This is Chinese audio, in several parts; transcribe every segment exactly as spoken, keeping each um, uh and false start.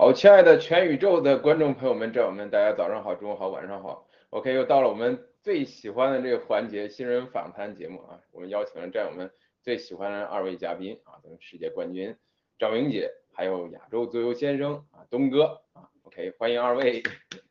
好，亲爱的全宇宙的观众朋友们、战友们，大家早上好、中午好、晚上好。OK，又到了我们最喜欢的这个环节——新人访谈节目啊。我们邀请了战友们最喜欢的二位嘉宾啊，咱们世界冠军赵明姐，还有亚洲足球先生啊东哥啊。OK，欢迎二位。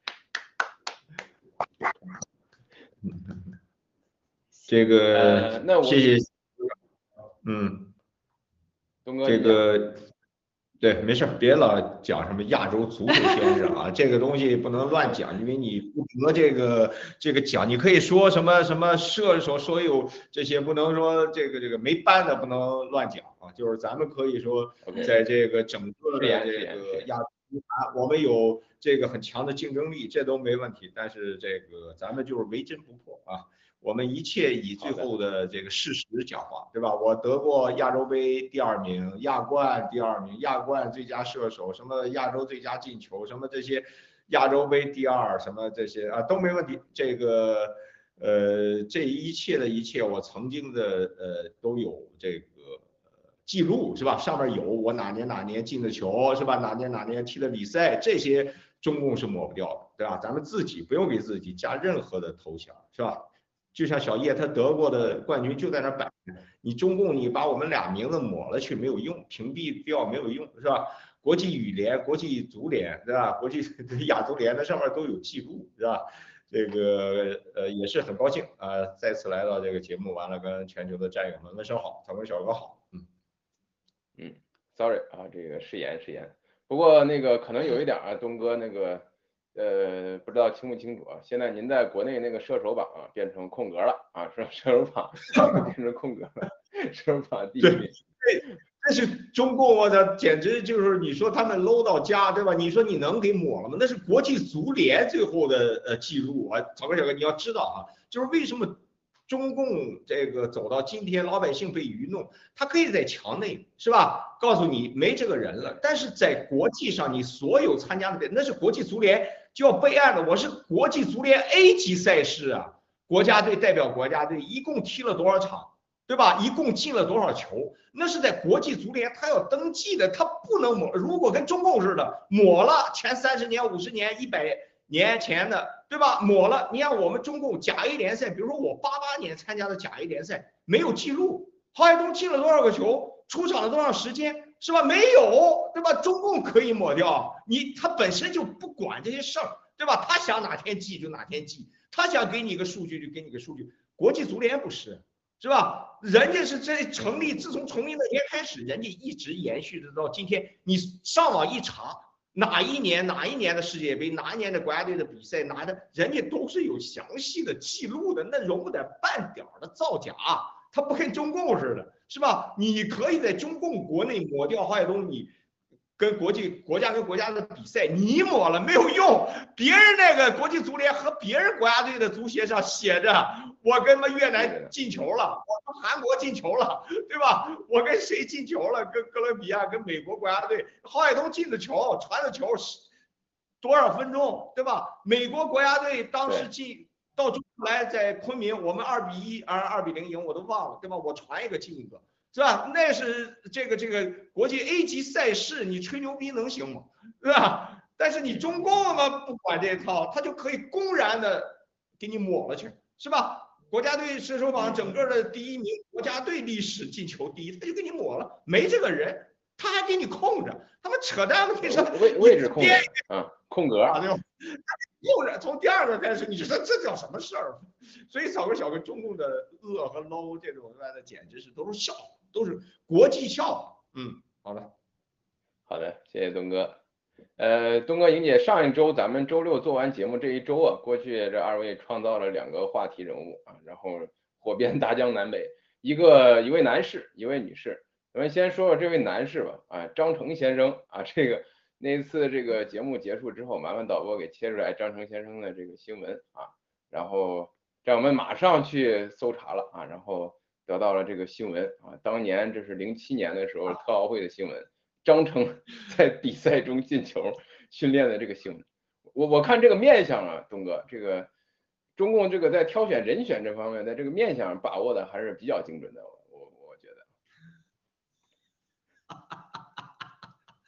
这个、 呃、那我谢谢，嗯， 东哥， 这个对，没事，别老讲什么亚洲足球先生啊，这个东西不能乱讲，因为你不得这个这个奖，你可以说什么什么射手，所有这些不能说这个这个没颁的不能乱讲啊，就是咱们可以说在这个整个的这个亚洲足坛，我们有这个很强的竞争力，这都没问题，但是这个咱们就是唯真不破啊。我们一切以最后的这个事实讲话，对吧？我得过亚洲杯第二名，亚冠第二名，亚冠最佳射手，什么亚洲最佳进球，什么这些，亚洲杯第二，什么这些啊都没问题。这个呃，这一切的一切，我曾经的呃都有这个记录，是吧？上面有我哪年哪年进的球，是吧？哪年哪年踢的比赛，这些中共是抹不掉的，对吧？咱们自己不用给自己加任何的头衔，是吧？就像小叶他得过的冠军就在那摆着，你中共你把我们俩名字抹了去没有用，屏蔽掉没有用，是吧？国际羽联、国际足联，对吧？国际亚足联那上面都有记录，是吧？这个呃也是很高兴啊、呃，再次来到这个节目，完了跟全球的战友们问声好，小哥小哥好，嗯嗯 ，sorry 啊，这个誓言誓言，不过那个可能有一点啊，东哥那个。呃，不知道清不清楚啊？现在您在国内那个射手榜啊变成空格了啊，是射手榜变成空格了，射手榜第一名。 对，这是中共，我操，简直就是你说他们 low 到家，对吧？你说你能给抹了吗？那是国际足联最后的呃记录啊，草根小哥你要知道啊，就是为什么中共这个走到今天，老百姓被愚弄，他可以在墙内是吧？告诉你没这个人了，但是在国际上，你所有参加的那是国际足联就要备案的。我是国际足联 A 级赛事啊，国家队代表国家队一共踢了多少场，对吧？一共进了多少球？那是在国际足联他要登记的，他不能抹。如果跟中共似的抹了前三十年、五十年、一百年前的，对吧？抹了，你看我们中共甲 A 联赛，比如说我八八年参加的甲 A 联赛没有记录，郝海东进了多少个球，出场了多长时间，是吧？没有，对吧？中共可以抹掉，你他本身就不管这些事儿，对吧？他想哪天记就哪天记，他想给你个数据就给你个数据。国际足联不是，是吧？人家是这成立，自从成立那天开始，人家一直延续着到今天。你上网一查，哪一年哪一年的世界杯，哪一年的国家队的比赛，哪的，人家都是有详细的记录的，那容不得半点的造假。他不跟中共似的，是吧？你可以在中共国内抹掉郝海东，你跟国际国家跟国家的比赛，你抹了没有用，别人那个国际足联和别人国家队的足协上写着，我跟他妈越南进球了，我跟韩国进球了，对吧？我跟谁进球了？跟哥伦比亚、跟美国国家队，郝海东进的球，传的球多少分钟，对吧？美国国家队当时进到中国来，在昆明，我们二比一啊，二比零赢，我都忘了，对吧？我传一个进一个。是吧？那是这个这个国际 A 级赛事，你吹牛逼能行吗？对吧？但是你中共嘛不管这套，他就可以公然的给你抹了去，是吧？国家队射手榜整个的第一名，国家队历史进球第一，他就给你抹了，没这个人，他还给你空着，他们扯淡！我跟你说， 位位置空着啊，空格啊，对吧？空着，从第二个开始，你说这叫什么事儿？所以找个小个中共的恶和 low 这种的，简直是都是笑话。都是国际笑话。嗯，好的， 好的，谢谢东哥。呃，东哥、莹姐，上一周咱们周六做完节目，这一周啊，过去这二位创造了两个话题人物啊，然后火遍大江南北，一个一位男士，一位女士。咱们先说说这位男士吧，啊，张成先生啊，这个那一次这个节目结束之后，麻烦导播给切出来张成先生的这个新闻啊，然后让我们马上去搜查了啊，然后得到了这个新闻啊，当年这是零七年的时候特奥会的新闻，张成在比赛中进球训练的这个新闻。我我看这个面相啊，东哥，这个中共这个在挑选人选这方面，在这个面相把握的还是比较精准的，我我觉得。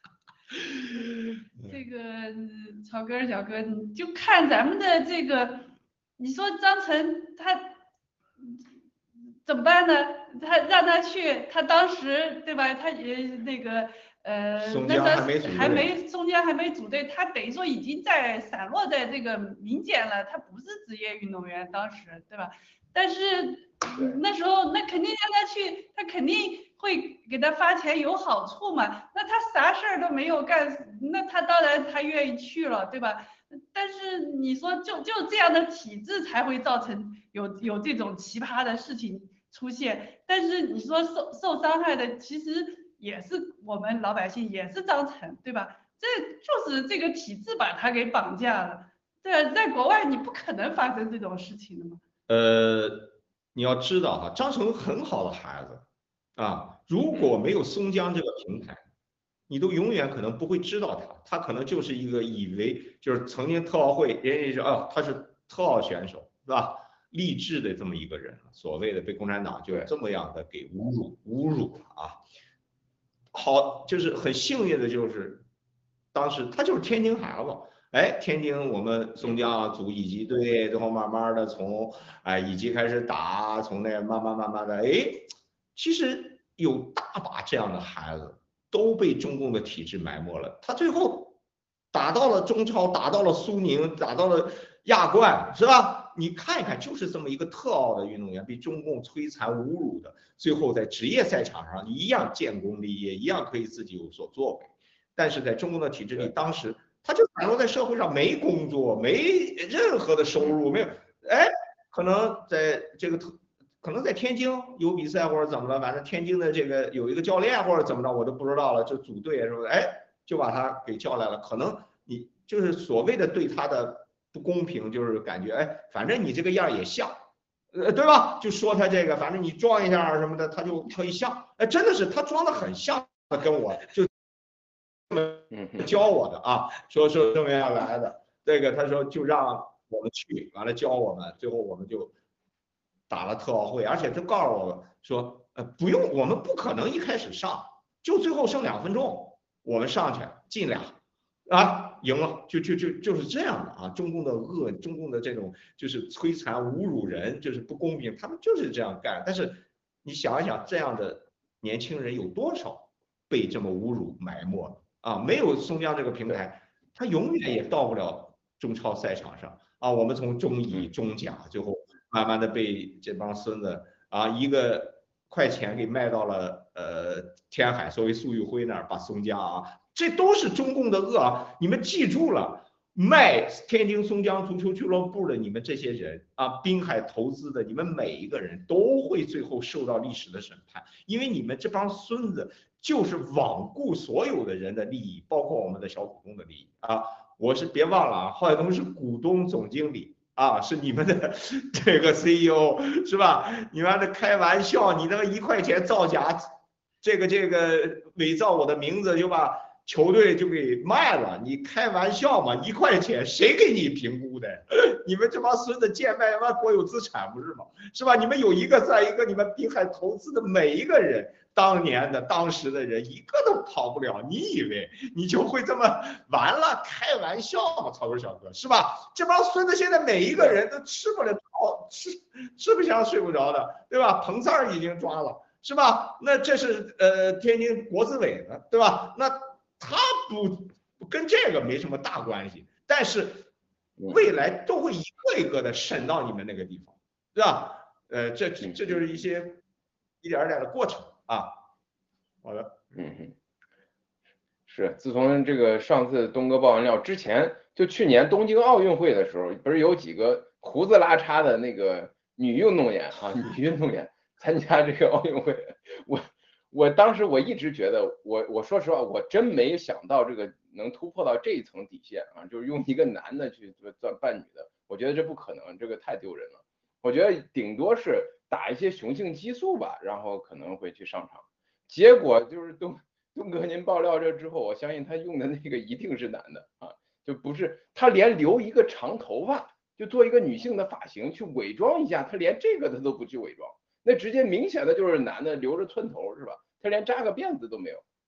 这个草根小哥，你就看咱们的这个，你说张晨他怎么办呢？他让他去，他当时对吧？他也那个呃，那时候还没松江还没组队，他等于说已经在散落在这个民间了，他不是职业运动员，当时对吧？但是那时候那肯定让他去，他肯定会给他发钱有好处嘛。那他啥事儿都没有干，那他当然他愿意去了，对吧？但是你说就就这样的体制才会造成有有这种奇葩的事情出现。但是你说受受伤害的其实也是我们老百姓，也是张晨，对吧？这就是这个体制把他给绑架了。对，在国外你不可能发生这种事情的嘛。 呃，你要知道哈，张晨很好的孩子啊，如果没有松江这个平台，你都永远可能不会知道他，他可能就是一个以为就是曾经特奥会，人家说哦他是特奥选手是吧？励志的这么一个人，所谓的被共产党就这么样的给侮辱侮辱了啊。好，就是很幸运的就是当时他就是天津孩子。哎，天津我们松江组乙级队，最后慢慢的从哎乙级开始打，从那慢慢慢慢的，哎，其实有大把这样的孩子都被中共的体制埋没了。他最后打到了中超，打到了苏宁，打到了亚冠，是吧？你看一看，就是这么一个特奥的运动员，被中共摧残侮辱的，最后在职业赛场上一样建功立业，一样可以自己有所作为。但是在中共的体制里，当时他就散落在社会上，没工作，没任何的收入，没有，哎，可能在这个特，可能在天津有比赛或者怎么了，反正天津的这个有一个教练或者怎么着，我都不知道了，就组队是不是？哎，就把他给叫来了。可能你就是所谓的对他的不公平，就是感觉，哎，反正你这个样也像，呃，对吧？就说他这个，反正你装一下什么的，他就可以像，哎，真的是他装的很像，跟我就。教我的啊，说说这么样来的，这个他说就让我们去，完了教我们，最后我们就打了特奥会，而且他告诉我们说，呃，不用，我们不可能一开始上，就最后剩两分钟，我们上去进俩，啊，赢了，就就就就是这样的啊，中共的恶，中共的这种就是摧残、侮辱人，就是不公平，他们就是这样干。但是你想一想，这样的年轻人有多少被这么侮辱埋没了？啊，没有松江这个平台，他永远也到不了中超赛场上啊。我们从中乙、中甲，最后慢慢的被这帮孙子啊，一个快钱给卖到了呃天海，所谓苏玉辉那儿，把松江啊，这都是中共的恶啊！你们记住了，卖天津松江足球俱乐部的你们这些人啊，滨海投资的你们每一个人都会最后受到历史的审判，因为你们这帮孙子。就是罔顾所有的人的利益，包括我们的小股东的利益啊！我是别忘了啊，郝海东是股东总经理啊，是你们的这个 C E O 是吧？你妈的开玩笑，你那个一块钱造假，这个这个伪造我的名字就把球队就给卖了，你开玩笑嘛？一块钱谁给你评估的？你们这帮孙子贱卖他妈国有资产不是吗？是吧？你们有一个算一个，你们滨海投资的每一个人。当年的当时的人一个都跑不了，你以为你就会这么完了？开玩笑嘛，草根小哥是吧？这帮孙子现在每一个人都吃不了好吃吃不香睡不着的，对吧？彭三儿已经抓了，是吧？那这是呃天津国资委的，对吧？那他不跟这个没什么大关系，但是未来都会一个一个的审到你们那个地方，对吧？呃，这这就是一些一点点的过程。啊，好的， 嗯哼，是，自从这个上次东哥爆完料之前，就去年东京奥运会的时候，不是有几个胡子拉碴的那个女运动员啊，女运动员参加这个奥运会，我我当时我一直觉得，我我说实话，我真没想到这个能突破到这一层底线啊，就是用一个男的去做扮女的，我觉得这不可能，这个太丢人了。我觉得顶多是打一些雄性激素吧，然后可能会去上场。结果就是东东哥您爆料这之后，我相信他用的那个一定是男的啊，就不是他连留一个长头发，就做一个女性的发型去伪装一下，他连这个他都不去伪装，那直接明显的就是男的留着寸头是吧？他连扎个辫子都没有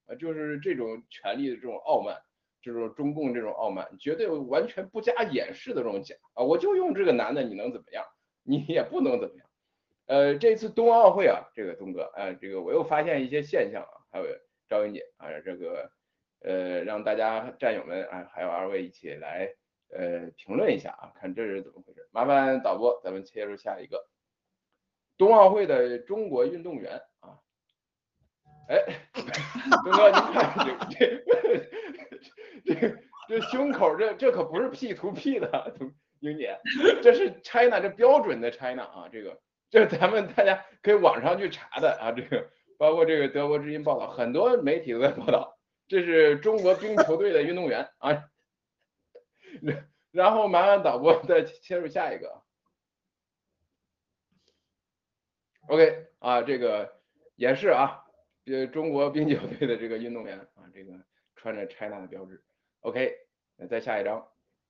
啊，就是这种权力的这种傲慢，这种中共这种傲慢，绝对完全不加掩饰的这种讲啊，我就用这个男的，你能怎么样？你也不能怎么样。呃，这次冬奥会啊，这个东哥，啊，这个我又发现一些现象啊，还有赵英姐啊，这个呃，让大家战友们啊，还有二位一起来呃评论一下啊，看这是怎么回事。麻烦导播，咱们切入下一个冬奥会的中国运动员啊。哎，东哥，您看这这这这胸口这这可不是 P to P 的，英姐，这是 China 这标准的 China 啊，这个这咱们大家可以网上去查的啊，这个包括这个德国之音报道，很多媒体都在报道，这是中国冰球队的运动员啊。然后麻烦导播再切入下一个。OK 啊，这个也是啊。呃，中国冰球队的这个运动员啊，这个穿着 China 的标志。OK， 那再下一张。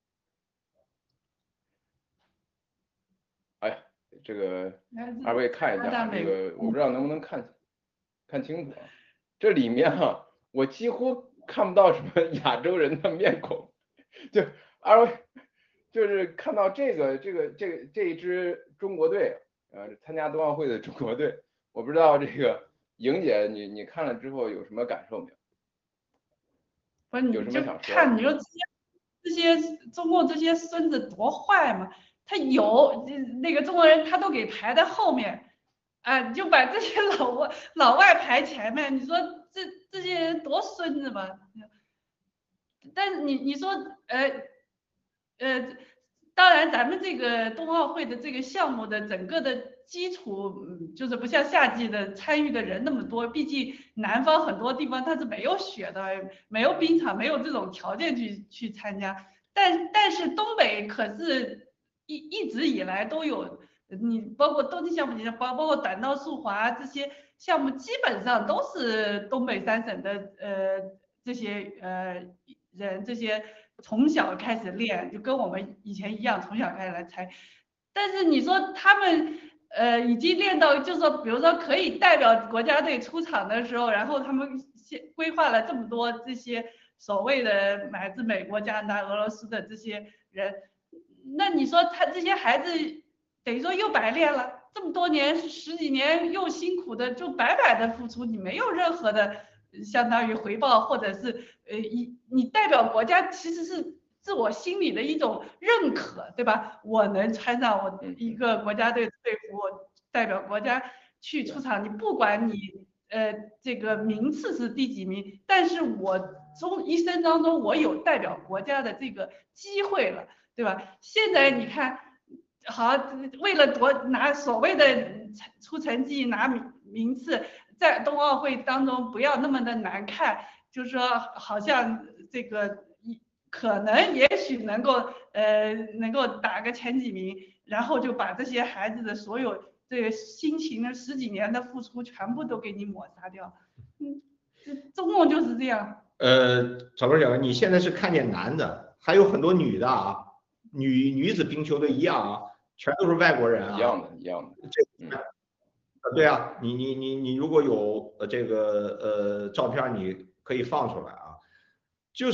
哎呀，这个二位看一下，这个我不知道能不能看看清楚啊。这里面啊，我几乎看不到什么亚洲人的面孔，就二位就是看到这个这个这个这一支中国队，呃，参加冬奥会的中国队，我不知道这个。莹姐，你你看了之后有什么感受没有？ 不是，你就看，你说这些这些中共这些孙子多坏嘛？他有那个中国人，他都给排在后面，啊，就把这些老外老外排前面。你说这这些人多孙子嘛？但是你你说呃呃，当然咱们这个冬奥会的这个项目的整个的基础，嗯，就是不像夏季的参与的人那么多，毕竟南方很多地方它是没有雪的，没有冰场，没有这种条件去去参加。但但是东北可是一一直以来都有，你包括冬季项目，你包包括短道速滑这些项目，基本上都是东北三省的呃这些呃人这些从小开始练，就跟我们以前一样，从小开始来参。但是你说他们。呃，已经练到，就是说，比如说可以代表国家队出场的时候，然后他们先规划了这么多这些所谓的来自美国、加拿大、俄罗斯的这些人，那你说他这些孩子等于说又白练了这么多年，十几年又辛苦的就白白的付出，你没有任何的相当于回报，或者是呃一你代表国家其实是。自我心里的一种认可，对吧？我能穿上我一个国家队的队服，我代表国家去出场。你不管你呃这个名次是第几名，但是我从一生当中我有代表国家的这个机会了，对吧？现在你看，好，为了夺拿所谓的出成绩、拿名名次，在冬奥会当中不要那么的难看，就是说好像这个。可能也许能够呃能够打个前几名，然后就把这些孩子的所有这个辛勤的十几年的付出全部都给你抹杀掉。嗯，中共就是这样。 呃，草根小哥，你现在是看见男的，还有很多女的啊，女女子冰球队一样啊，全都是外国人啊。 一样的，一样的。 这，嗯，对啊，你你你你如果有呃这个呃照片，你可以放出来啊，就是。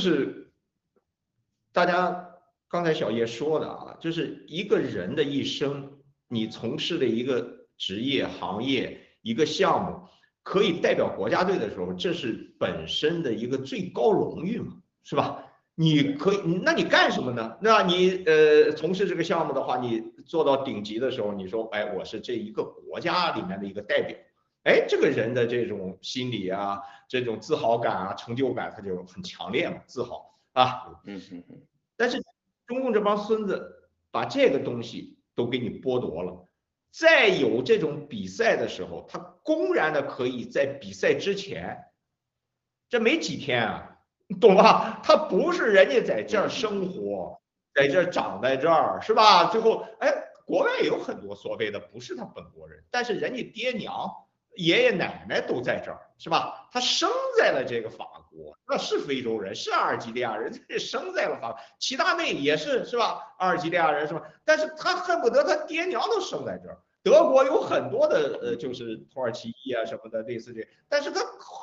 大家刚才小叶说的啊，就是一个人的一生，你从事的一个职业行业、一个项目，可以代表国家队的时候，这是本身的一个最高荣誉嘛，是吧？你可以，那你干什么呢？那你呃从事这个项目的话，你做到顶级的时候，你说，哎，我是这一个国家里面的一个代表，哎，这个人的这种心理啊，这种自豪感啊、成就感，他就很强烈嘛，自豪。啊， 嗯嗯嗯， 但是中共这帮孙子把这个东西都给你剥夺了，在有这种比赛的时候，他公然的可以在比赛之前，这没几天啊，懂吧？他不是人家在这儿生活，在这儿长在这儿，是吧？最后，哎，国外有很多所谓的不是他本国人，但是人家爹娘。爷爷奶奶都在这儿，是吧？他生在了这个法国，那是非洲人，是阿尔及利亚人，这生在了法国。齐达内也是，是吧？阿尔及利亚人是吧？但是他恨不得他爹娘都生在这儿。德国有很多的呃，就是土耳其裔啊什么的，类似这，但是他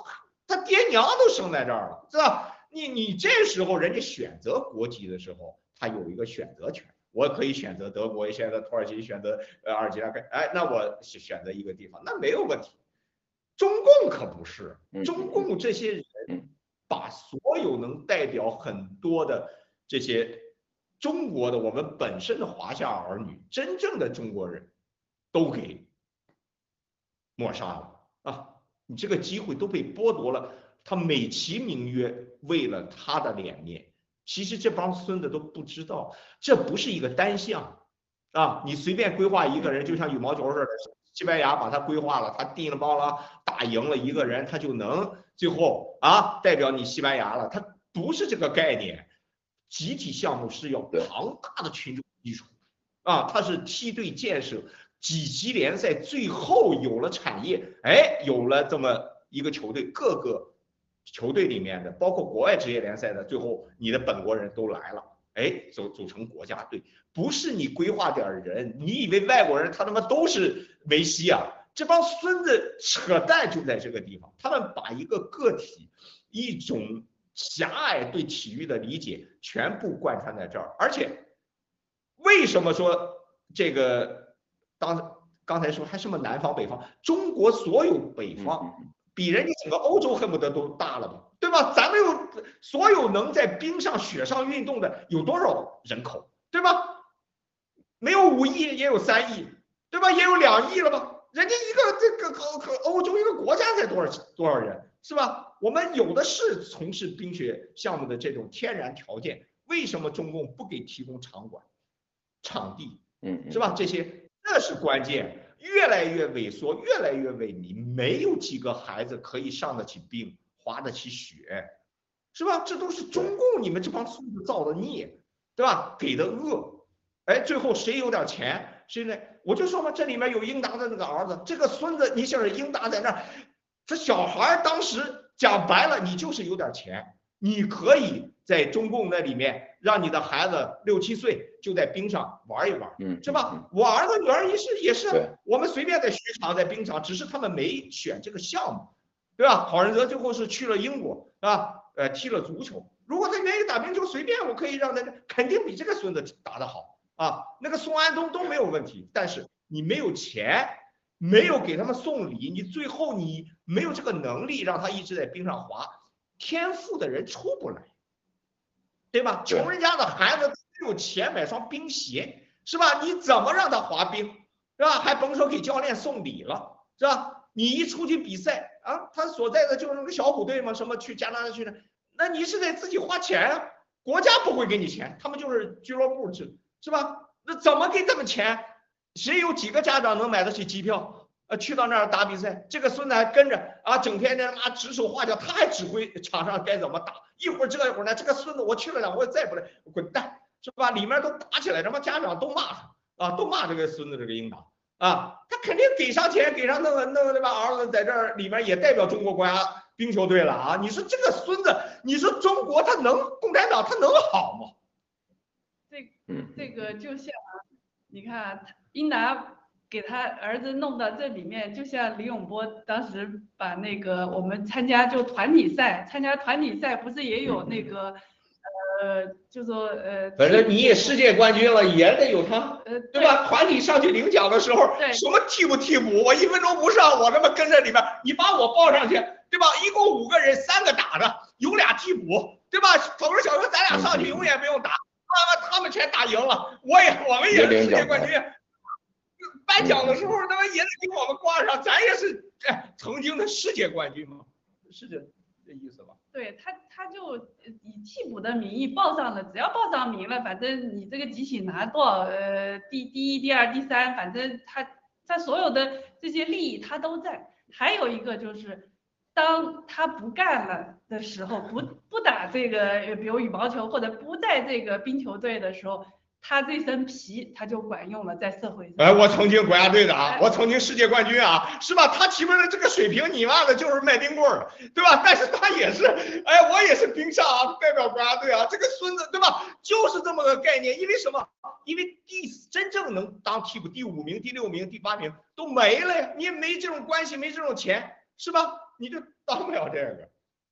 他爹娘都生在这儿了，是吧？你你这时候人家选择国籍的时候，他有一个选择权。我可以选择德国，也选择土耳其，选择呃阿尔及利亚，哎，那我选择一个地方，那没有问题。中共可不是，中共这些人把所有能代表很多的这些中国的我们本身的华夏儿女，真正的中国人都给抹杀了啊！你这个机会都被剥夺了，他美其名曰为了他的脸面。其实这帮孙子都不知道，这不是一个单项啊！你随便规划一个人，就像羽毛球似的，西班牙把他规划了，他叮了邦啷打赢了一个人，他就能最后啊代表你西班牙了。他不是这个概念，集体项目是要庞大的群众基础啊，它是梯队建设，几级联赛最后有了产业，哎，有了这么一个球队，各个球队里面的，包括国外职业联赛的，最后你的本国人都来了，哎，组组成国家队，不是你规划点人，你以为外国人他他妈都是梅西啊？这帮孙子扯淡就在这个地方，他们把一个个体一种狭隘对体育的理解全部贯穿在这儿，而且为什么说这个当刚才说还什么南方北方，中国所有北方。比人家整个欧洲恨不得都大了吧，对吧？咱们有所有能在冰上雪上运动的有多少人口，对吧？没有五亿也有三亿，对吧？也有两亿了吧？人家一个这个和和欧洲一个国家才多少多少人，是吧？我们有的是从事冰雪项目的这种天然条件，为什么中共不给提供场馆、场地， 嗯， 是吧？这些这是关键。越来越萎缩，越来越萎靡，没有几个孩子可以上得起冰，滑得起雪，是吧？这都是中共你们这帮孙子造的孽，对吧？给的恶，哎，最后谁有点钱，谁呢？我就说嘛，这里面有英达的那个儿子，这个孙子，你想想英达在那儿，这小孩当时讲白了，你就是有点钱，你可以在中共那里面让你的孩子六七岁就在冰上玩一玩， 嗯， 是吧？我儿子女儿也是也是，我们随便在雪场在冰场，只是他们没选这个项目，对吧？郝仁泽最后是去了英国，啊，呃，踢了足球。如果他愿意打冰球，随便我可以让他，肯定比这个孙子打得好啊。那个宋安东都没有问题，但是你没有钱，没有给他们送礼，你最后你没有这个能力让他一直在冰上滑，天赋的人出不来。对吧？穷人家的孩子没有钱买双冰鞋，是吧？你怎么让他滑冰，是吧？还甭说给教练送礼了，是吧？你一出去比赛啊，他所在的就是那个小虎队嘛，什么去加拿大去的，那你是得自己花钱啊，国家不会给你钱，他们就是俱乐部制，是吧？那怎么给他们钱？谁有几个家长能买得起机票？呃，去到那儿打比赛，这个孙子还跟着啊，整天他妈指手画脚，他还指挥场上该怎么打，一会儿这一会儿那，这个孙子我去了两回再不来，滚蛋，是吧？里面都打起来，他妈家长都骂他啊，都骂这个孙子这个英达啊，他肯定给上钱，给上弄个弄个对吧？儿子在这儿里面也代表中国国家冰球队了啊，你说这个孙子，你说中国他能共产党他能好吗？ 这这个就像你看英达。给他儿子弄到这里面，就像李永波当时把那个我们参加就团体赛，参加团体赛不是也有那个，呃，就说呃， 反正你也世界冠军了，也得有他， 呃， 对吧？团体上去领奖的时候，什么替补替补，我一分钟不上，我他妈跟着里边，你把我抱上去，对吧？一共五个人，三个打着，有俩替补，对吧？头儿小说咱俩上去永远不用打，他们他们全打赢了，我也我们也是世界冠军。颁奖的时候，他妈也得给我们挂上，咱也是哎曾经的世界冠军嘛，是这这意思吧？ 对他，他就以替补的名义报上了，只要报上名了，反正你这个集体拿多少，呃，第第一、第二、第三，反正他他所有的这些利益他都在。还有一个就是，当他不干了的时候，不不打这个，比如羽毛球或者不在这个冰球队的时候。他这身皮他就管用了，在社会上。 哎，我曾经国家队的啊，我曾经世界冠军啊，是吧？他起码的这个水平，你妈的就是卖冰棍儿，对吧？但是他也是，哎，我也是冰上啊，代表国家队啊，这个孙子，对吧？就是这么个概念。因为什么？因为第真正能当替补第五名、第六名、第八名都没了呀，你也没这种关系，没这种钱，是吧？你就当不了这个。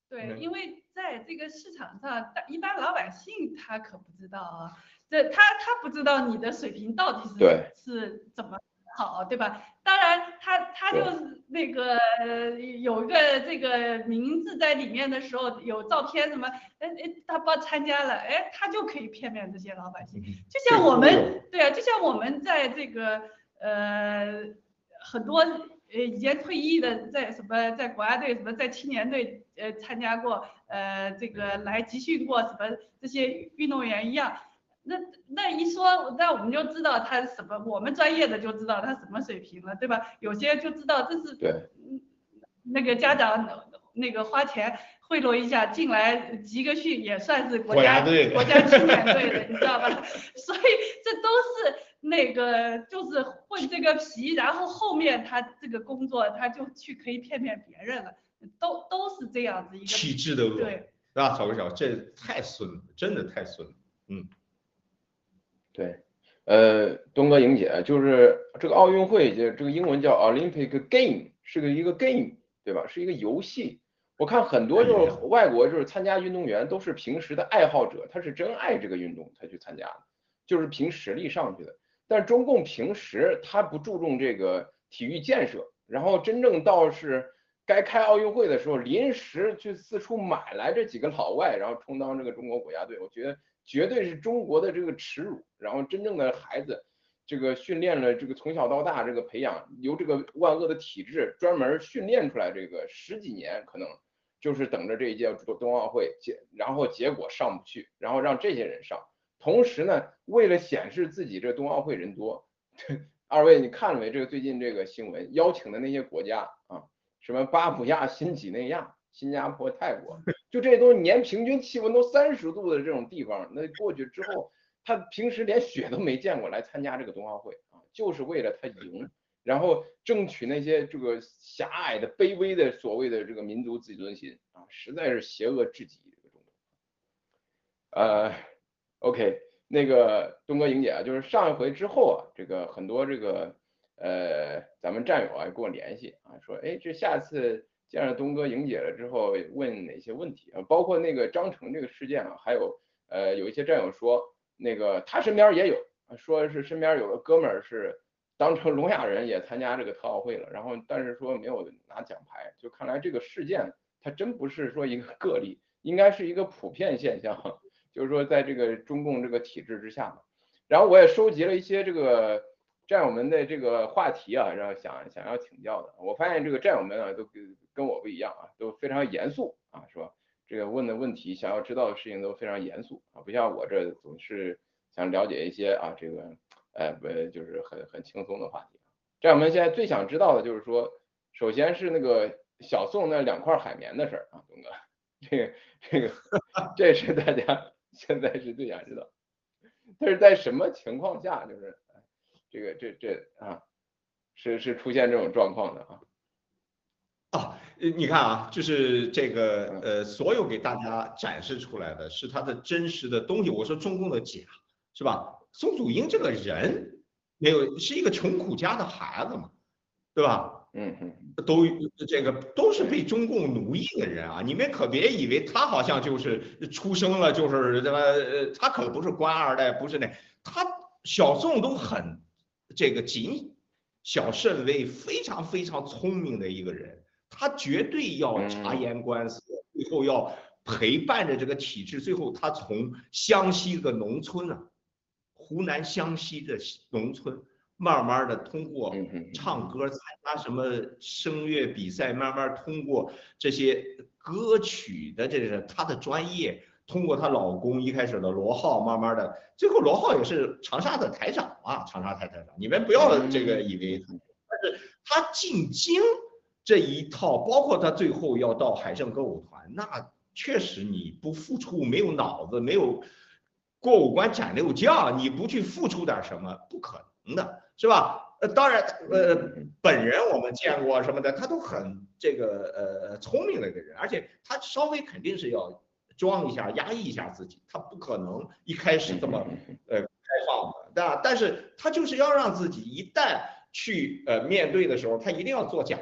对，因为在这个市场上，一般老百姓他可不知道啊，这他他不知道你的水平到底是是怎么好，对吧？当然他他就是那个有一个这个名字在里面的时候，有照片什么，哎哎，他报参加了，哎，他就可以骗骗这些老百姓。就像我们，对啊，就像我们在这个呃很多。呃，以前退役的，在什么在国家队什么在青年队呃参加过，呃这个来集训过什么这些运动员一样，那那一说，那我们就知道他什么，我们专业的就知道他什么水平了，对吧？有些就知道这是对那个家长那个花钱贿赂一下进来集个训也算是国家国家青年队的，你知道吧？所以这都是。那个就是混这个皮，然后后面他这个工作他就去可以骗骗别人了，都都是这样子一个体制的恶， 对啊，曹哥小，这太损了，真的太损了，嗯， 对，呃，东哥莹姐就是这个奥运会，这这个英文叫 Olympic Game， 是个一个 game， 对吧？是一个游戏。我看很多就是外国就是参加运动员都是平时的爱好者，他是真爱这个运动才去参加的，就是凭实力上去的。但中共平时他不注重这个体育建设，然后真正到是该开奥运会的时候，临时去四处买来这几个老外，然后充当这个中国国家队，我觉得绝对是中国的这个耻辱。然后真正的孩子，这个训练了这个从小到大这个培养，由这个万恶的体制专门训练出来，这个十几年可能就是等着这一届冬奥会结，然后结果上不去，然后让这些人上。同时呢，为了显示自己这冬奥会人多，二位你看了没？这个最近这个新闻邀请的那些国家啊，什么巴布亚新几内亚、新加坡、泰国，就这些都年平均气温都三十度的这种地方，那过去之后，他平时连雪都没见过来参加这个冬奥会啊，就是为了他赢，然后争取那些这个狭隘的、卑微的所谓的这个民族自尊心啊，实在是邪恶至极。这个中国，呃。OK， 那个东哥莹姐啊，就是上一回之后啊，这个很多这个呃咱们战友啊跟我联系啊，说哎这下次见着东哥莹姐了之后问哪些问题啊，包括那个张成这个事件啊，还有呃有一些战友说那个他身边也有，说是身边有个哥们儿是当成聋哑人也参加这个特奥会了，然后但是说没有拿奖牌，就看来这个事件它真不是说一个个例，应该是一个普遍现象。就是说，在这个中共这个体制之下嘛，然后我也收集了一些这个战友们的这个话题啊，然后想想要请教的。我发现这个战友们啊，都跟跟我不一样啊，都非常严肃啊，是吧？这个问的问题，想要知道的事情都非常严肃啊，不像我这总是想了解一些啊，这个呃不就是很很轻松的话题。战友们现在最想知道的就是说，首先是那个小宋那两块海绵的事儿啊，东哥，这个这个这是大家。现在是最想知道，但是在什么情况下，就是这个这这啊，是是出现这种状况的啊？ 啊，你看啊，就是这个呃，所有给大家展示出来的是他的真实的东西。我说中共的假，是吧？宋祖英这个人没有是一个穷苦家的孩子嘛，对吧？ 嗯嗯， 都这个都是被中共奴役的人啊！你们可别以为他好像就是出生了就是这个，他可不是官二代，不是那，他小宋都很这个谨小慎微，非常非常聪明的一个人，他绝对要察言观色，最后要陪伴着这个体制，最后他从湘西的农村啊，湖南湘西的农村。慢慢的通过唱歌参加什么声乐比赛，慢慢通过这些歌曲的这个她的专业，通过她老公一开始的罗浩，慢慢的最后罗浩也是长沙的台长啊，长沙台台长，你们不要这个以为，但是他进京这一套，包括他最后要到海盛歌舞团，那确实你不付出，没有脑子，没有过五关斩六将，你不去付出点什么，不可能的。是吧？呃，当然，呃，本人我们见过什么的，他都很这个呃聪明的一个人，而且他稍微肯定是要装一下、压抑一下自己，他不可能一开始这么呃开放的，对吧？但是他就是要让自己一旦去呃面对的时候，他一定要做假嘛，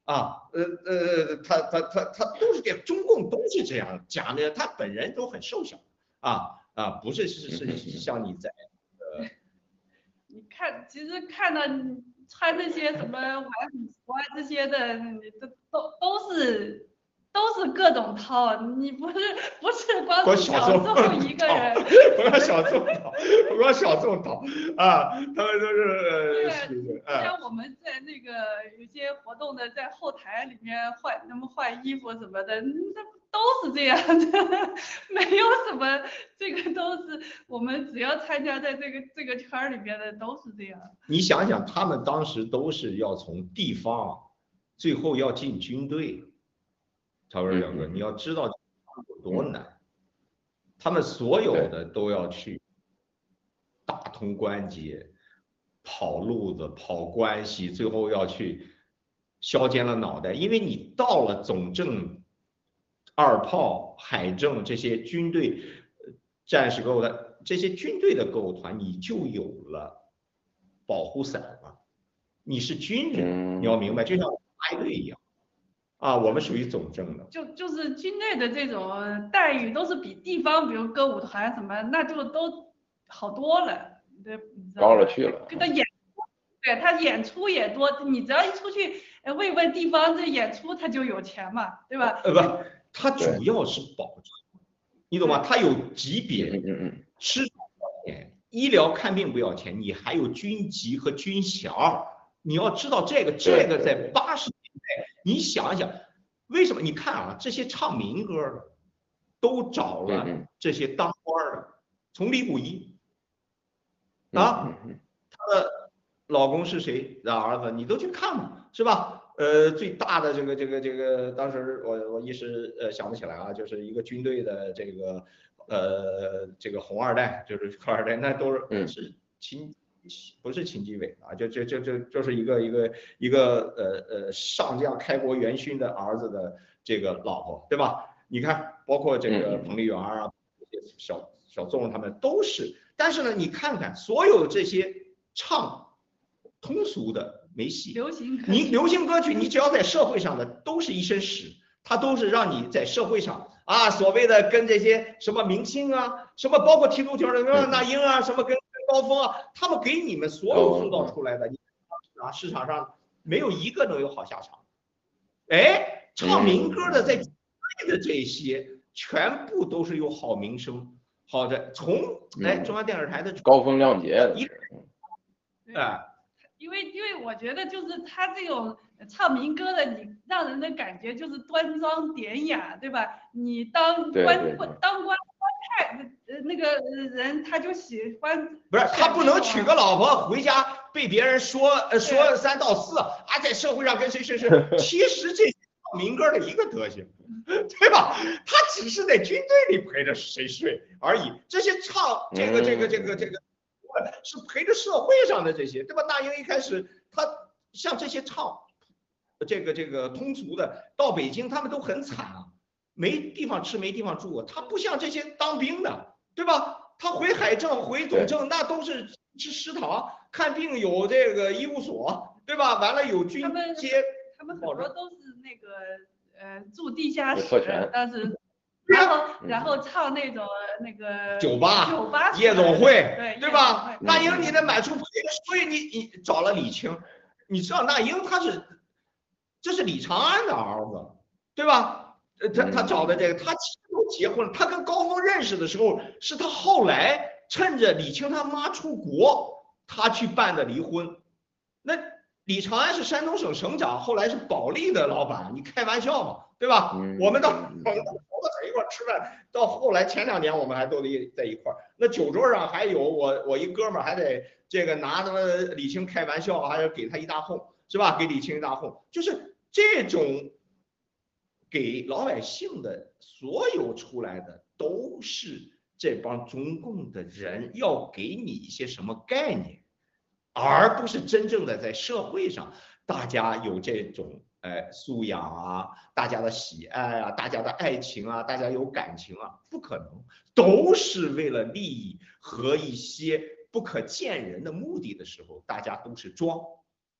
啊，呃呃，他他他他都是这样，中共都是这样讲的，他本人都很瘦小啊啊，不是是是像你在呃， 你看，其实看到你穿这些什么晚礼服啊这些的，你都都都是都是各种掏，你不是不是光光是小小众众一个人， 不光小众讨，不光小众讨啊，他们都是呃对， 是是啊。 像我们在那个有些活动的，在后台里面换他们换衣服什么的，那都是这样的，没有什么，这个都是我们只要参加在这个这个圈儿里面的都是这样。 你想想，他们当时都是要从地方，最后要进军队。曹文两哥，你要知道有多难，他们所有的都要去打通关节，跑路子、跑关系，最后要去削尖了脑袋，因为你到了总政、二炮、海政这些军队、战士购的这些军队的购物团，你就有了保护伞了。你是军人，你要明白，就像排队一样。啊，我们属于总政的， 就就是军队的这种待遇都是比地方，比如歌舞团什么，那就都好多了，对， 高了去了。 跟他演，对他演出也多，你只要一出去慰问地方这演出，他就有钱嘛，对吧？ 呃不，他主要是保障，你懂吗？他有级别， 嗯嗯嗯， 吃不要钱，医疗看病不要钱，你还有军籍和军衔，你要知道这个，这个在八十。你想一想，为什么？你看啊，这些唱民歌的都找了这些当官的，从李谷一啊，她的老公是谁的儿子，你都去看嘛，是吧？呃，最大的这个这个这个，当时我我一时呃想不起来啊，就是一个军队的这个呃这个红二代，就是富二代，那都是是亲。不是秦基伟啊，就就就就就是一个一个一个呃呃上将开国元勋的儿子的这个老婆，对吧？你看，包括这个彭丽媛啊，小小纵他们都是。但是呢，你看看所有这些唱通俗的没戏， 流行歌你流行歌曲，你只要在社会上的都是一身屎，它都是让你在社会上啊，所谓的跟这些什么明星啊，什么包括踢足球的那英啊，什么跟。高峰啊，他们给你们所有塑造出来的，啊，市场上没有一个能有好下场。哎，唱民歌的在的这些，全部都是有好名声，好的，从哎中央电视台的高风亮节， 哎， 因为因为我觉得就是他这种唱民歌的，你让人的感觉就是端庄典雅，对吧？你当官当官。太呃那个人他就喜欢， 不是他不能娶个老婆回家被别人说呃说三道四啊，在社会上跟谁谁谁，其实这唱民歌的一个德行，对吧？他只是在军队里陪着谁睡而已，这些唱这个这个这个这个是陪着社会上的这些，对吧？那英一开始他像这些唱这个这个通俗的到北京他们都很惨啊。没地方吃，没地方住，他不像这些当兵的，对吧？他回海政、回总政，那都是吃食堂，看病有这个医务所，对吧？完了有军阶， 他们很多都是那个呃住地下室，但是然后然后唱那种那个酒吧、 酒吧、 夜总会， 对对吧？那英你得满处，所以你你找了李青，你知道那英他是这是李长安的儿子，对吧？他他找的这个，他其实都结婚了。他跟高峰认识的时候，是他后来趁着李青他妈出国，他去办的离婚。那李长安是山东省省长，后来是保利的老板，你开玩笑嘛，对吧？嗯、我们到我们到在一块吃饭，到后来前两年我们还都得在一块儿。那酒桌上还有我我一哥们儿还得这个拿他们李青开玩笑，还要给他一大哄，是吧？给李青一大哄，就是这种。给老百姓的所有出来的都是这帮中共的人要给你一些什么概念，而不是真正的在社会上大家有这种呃素养啊，大家的喜爱啊，大家的爱情啊，大家有感情啊，不可能，都是为了利益和一些不可见人的目的的时候，大家都是装。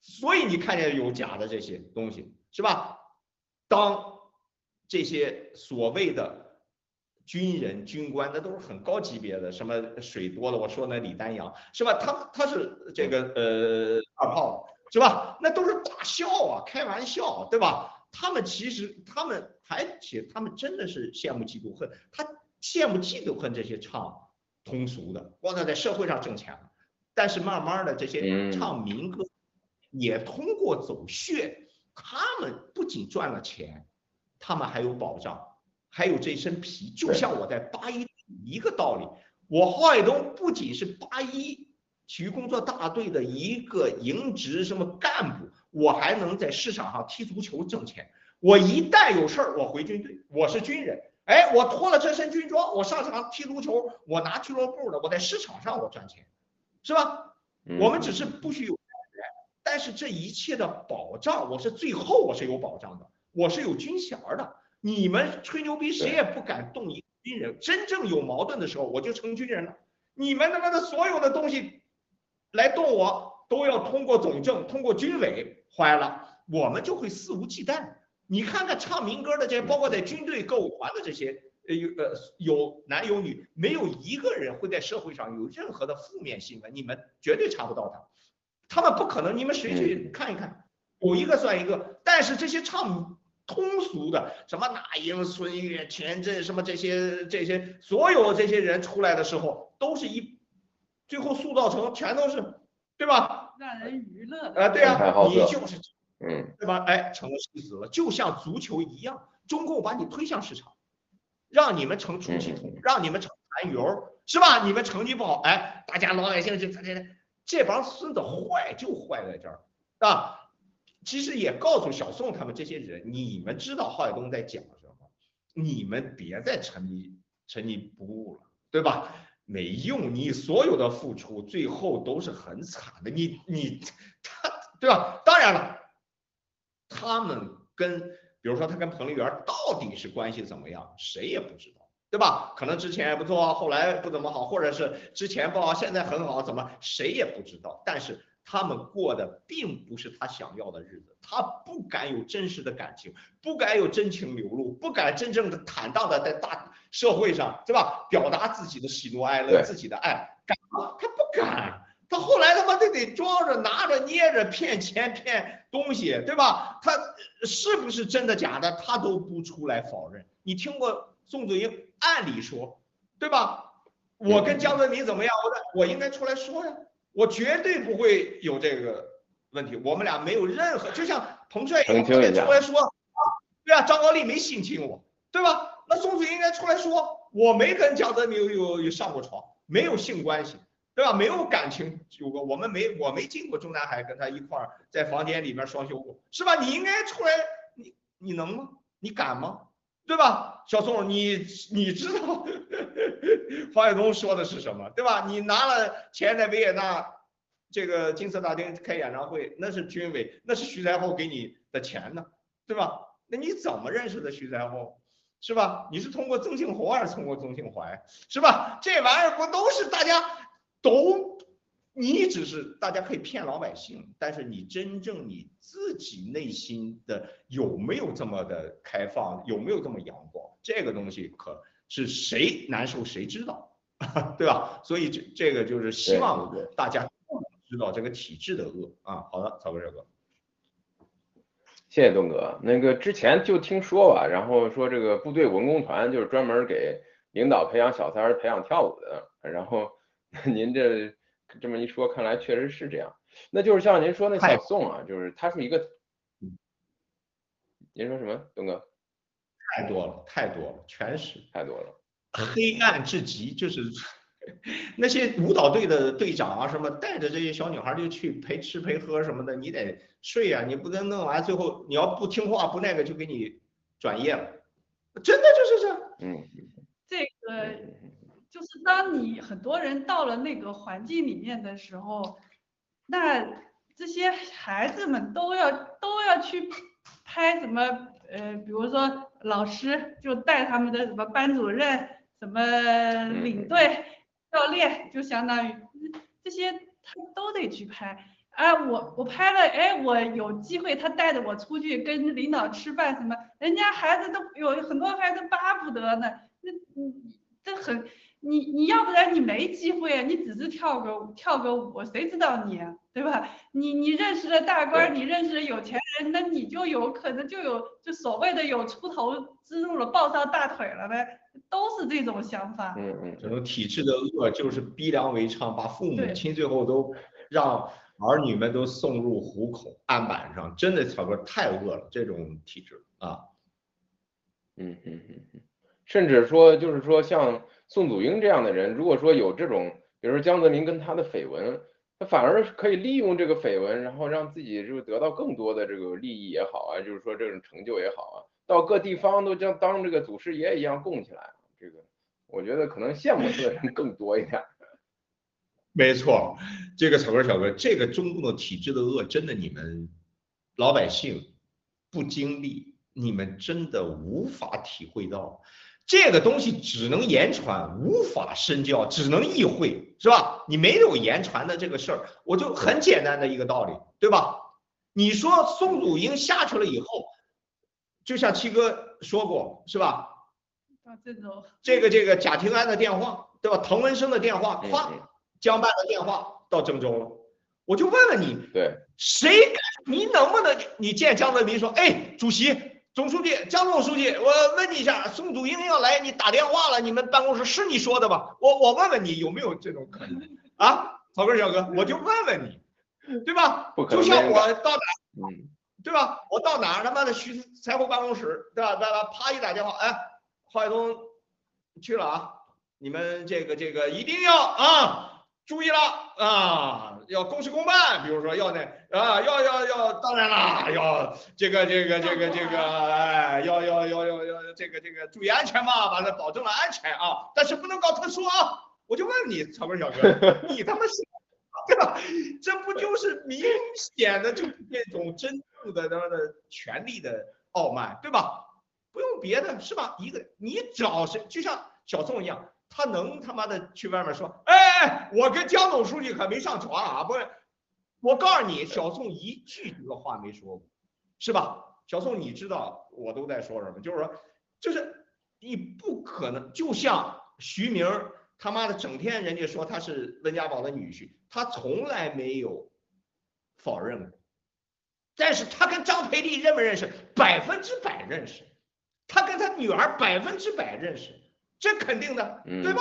所以你看见有假的这些东西是吧？当这些所谓的军人军官，那都是很高级别的，什么水多了，我说那李丹阳是吧？他他是这个呃二炮是吧？那都是大笑啊，开玩笑对吧？他们其实他们还且他们真的是羡慕嫉妒恨，他羡慕嫉妒恨这些唱通俗的，光他在社会上挣钱了，但是慢慢的这些唱民歌也通过走穴，他们不仅赚了钱，他们还有保障，还有这身皮，就像我在八一一个道理。我郝海东不仅是八一体育工作大队的一个营职什么干部，我还能在市场上踢足球挣钱。我一旦有事儿，我回军队，我是军人，哎，我脱了这身军装，我上场踢足球，我拿俱乐部的，我在市场上我赚钱，是吧？我们只是不许有，但是这一切的保障，我是最后我是有保障的，我是有军衔的。你们吹牛逼，谁也不敢动一个军人。真正有矛盾的时候，我就成军人了。你们他妈的所有的东西来动我，都要通过总政，通过军委，坏了，我们就会肆无忌惮。你看看唱民歌的这些，包括在军队歌舞团的这些，呃有呃有男有女，没有一个人会在社会上有任何的负面新闻，你们绝对查不到他，他们不可能。你们谁去看一看，有一个算一个。但是这些唱通俗的，什么那英、孙越、田震，什么这些这些所有这些人出来的时候，都是一最后塑造成全都是，对吧？ 让人娱乐。 啊、呃，对啊，你就是。嗯，对吧？哎，成了戏子了，就像足球一样，中共把你推向市场，让你们成出气筒，让你们成残油，是吧？你们成绩不好，哎，大家老百姓就这这这帮孙子坏就坏在这儿啊。其实也告诉小宋他们这些人，你们知道郝海东在讲什么，你们别再沉迷沉迷不悟了，对吧？没用，你所有的付出最后都是很惨的，你你他对吧？当然了。他们跟，比如说他跟彭丽媛到底是关系怎么样，谁也不知道，对吧？可能之前也不错，后来不怎么好，或者是之前不好，现在很好，怎么谁也不知道。但是他们过的并不是他想要的日子，他不敢有真实的感情，不敢有真情流露，不敢真正的坦荡的在大社会上，对吧？表达自己的喜怒哀乐，自己的爱，敢吗？他不敢。他后来他妈得得装着拿着捏着骗钱骗东西，对吧？他是不是真的假的，他都不出来否认。你听过宋祖英？按理说，对吧？我跟江泽民怎么样？我我应该出来说呀，我绝对不会有这个问题。我们俩没有任何，就像彭帅应该出来说，对啊，张高丽没性侵我，对吧？那宋祖英应该出来说，我没跟江泽民有有有上过床，没有性关系。对吧？没有感情有过，我们没我没进过中南海，跟他一块儿在房间里面双休过，是吧？你应该出来，你你能吗？你敢吗？对吧？小宋，你你知道方晓东说的是什么，对吧？你拿了钱在维也纳这个金色大厅开演唱会，那是军委，那是徐才厚给你的钱呢，对吧？那你怎么认识的徐才厚？是吧？你是通过曾庆红还是通过曾庆怀？是吧？这玩意儿不都是大家？都，你只是大家可以骗老百姓，但是你真正你自己内心的有没有这么的开放，有没有这么阳光，这个东西可是谁难受谁知道，对吧？所以这这个就是希望大家都能知道这个体制的恶啊。好的，曹哥这个， 谢谢东哥。那个之前就听说吧，然后说这个部队文工团就是专门给领导培养小三儿、培养跳舞的，然后。您这这么一说，看来确实是这样。那就是像您说那小宋啊，就是他是一个，您说什么，东哥？ 太多了，太多了，全是太多了， 黑暗至极。就是那些舞蹈队的队长啊，什么带着这些小女孩就去陪吃陪喝什么的，你得睡啊，你不能弄完最后你要不听话不那个就给你转业了，真的就是这样。 嗯， 这个。就是当你很多人到了那个环境里面的时候，那这些孩子们都要都要去拍什么呃，比如说老师就带他们的什么班主任、什么领队、教练，就相当于这些他都得去拍。 啊，我我拍了，哎，我有机会，他带着我出去跟领导吃饭什么，人家孩子都有很多孩子巴不得呢，那你这很，你你要不然你没机会啊，你只是跳个跳个舞，谁知道你啊，对吧？你你认识了大官，你认识了有钱人，那你就有可能就有就所谓的有出头之路了，抱上大腿了呗，都是这种想法。 嗯嗯， 这种体制的恶就是逼良为娼，把父母亲最后都让儿女们都送入虎口案板上，真的草哥太恶了，这种体制啊。 嗯嗯嗯嗯，甚至说就是说像宋祖英这样的人，如果说有这种，比如说江泽民跟他的绯闻，他反而可以利用这个绯闻，然后让自己就得到更多的这个利益也好啊，就是说这种成就也好啊，到各地方都将当这个祖师爷一样供起来，这个我觉得可能羡慕他的人更多一点。 没错，这个草根小哥，这个中共的体制的恶，真的你们老百姓不经历，你们真的无法体会到。这个东西只能言传，无法深交，只能意会，是吧？你没有言传的这个事儿，我就很简单的一个道理，对吧？你说宋祖英下去了以后，就像七哥说过，是吧？ 到这种这个这个贾平安的电话，对吧？滕文生的电话，咵。江办的电话到郑州了，我就问问你， 对， 谁敢？你能不能你见江泽民说，哎，主席、总书记、江总书记，我问你一下，宋祖英要来，你打电话了，你们办公室是你说的吧？我我问问你有没有这种可能啊？草根小哥，我就问问你，对吧？就像我到哪，嗯，对吧？我到哪儿他妈的徐财务办公室，对吧？啪啪一打电话，哎，郝海东去了啊，你们这个这个一定要啊。注意了啊，要公事公办，比如说要那啊，要要要，当然了，要这个这个这个这个，哎，要要要要要这个这个注意安全嘛，把它保证了安全啊，但是不能搞特殊啊。我就问你，草根小哥，你他妈是对吧？这不就是明显的就是这种真正的他妈的权力的傲慢，对吧？不用别的，是吧？一个你找谁，就像小宋一样。他能他妈的去外面说，哎哎，我跟江总书记可没上床啊！不是，我告诉你，小宋一句这个话没说过，是吧？小宋，你知道我都在说什么？就是说，就是你不可能，就像徐明他妈的整天人家说他是温家宝的女婿，他从来没有否认过。但是他跟张培丽认不认识？百分之百认识。他跟他女儿百分之百认识。这肯定的，对吧？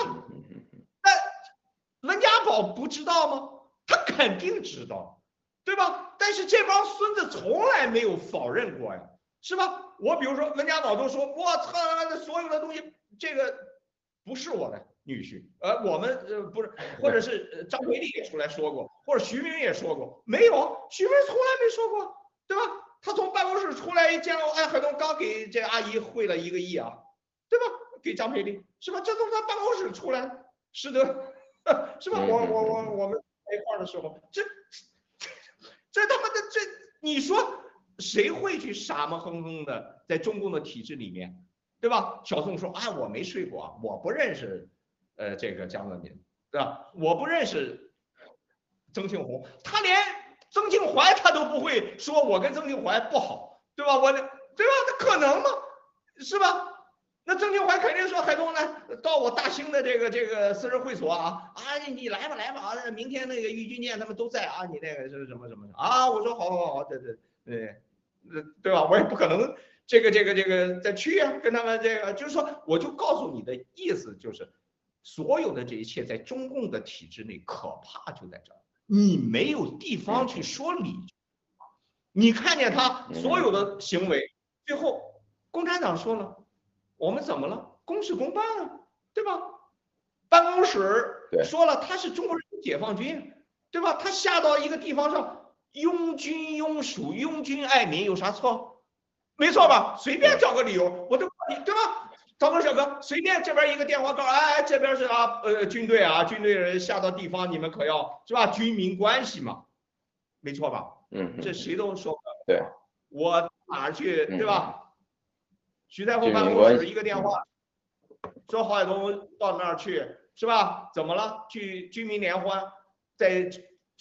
那温家宝不知道吗？他肯定知道，对吧？但是这帮孙子从来没有否认过呀，是吧？我比如说温家宝都说，我操，所有的东西，这个不是我的女婿，呃，我们呃不是，或者是张培丽也出来说过，或者徐明也说过，没有，徐明从来没说过，对吧？他从办公室出来一见到，哎，海东刚给这阿姨汇了一个亿啊，对吧？给张培丽是吧？这都是他办公室出来的，是的，是吧？我我我我们在一块儿的时候，这这他妈的这，你说谁会去傻么哼哼的在中共的体制里面，对吧？小宋说啊，我没睡过，我不认识，呃，这个江泽民，对吧？我不认识曾庆红，他连曾庆怀他都不会说，我跟曾庆怀不好，对吧？我对吧？那可能吗？是吧？那曾庆怀肯定说，海东呢，到我大兴的这个这个私人会所啊，啊，你你来吧来吧啊，明天那个郁钧剑他们都在啊，你那个是什么什么啊？我说好好好，对对对，对吧？我也不可能这个这个这个再去啊，跟他们这个就是说，我就告诉你的意思就是，所有的这一切在中共的体制内可怕就在这儿，你没有地方去说理，你看见他所有的行为，最后共产党说了。我们怎么了？公事公办啊，对吧？办公室说了，他是中国人民解放军，对吧？他下到一个地方上，拥军拥属、拥军爱民，有啥错？没错吧？随便找个理由，我都对吧？找个小哥，随便这边一个电话告诉，哎，这边是啊，呃，军队啊，军队人下到地方，你们可要是吧？军民关系嘛，没错吧？ 嗯， 这谁都说不了。 对， 我哪去，对吧？徐太后办公室一个电话，说郝海东到那儿去是吧？怎么了？去军民联欢，在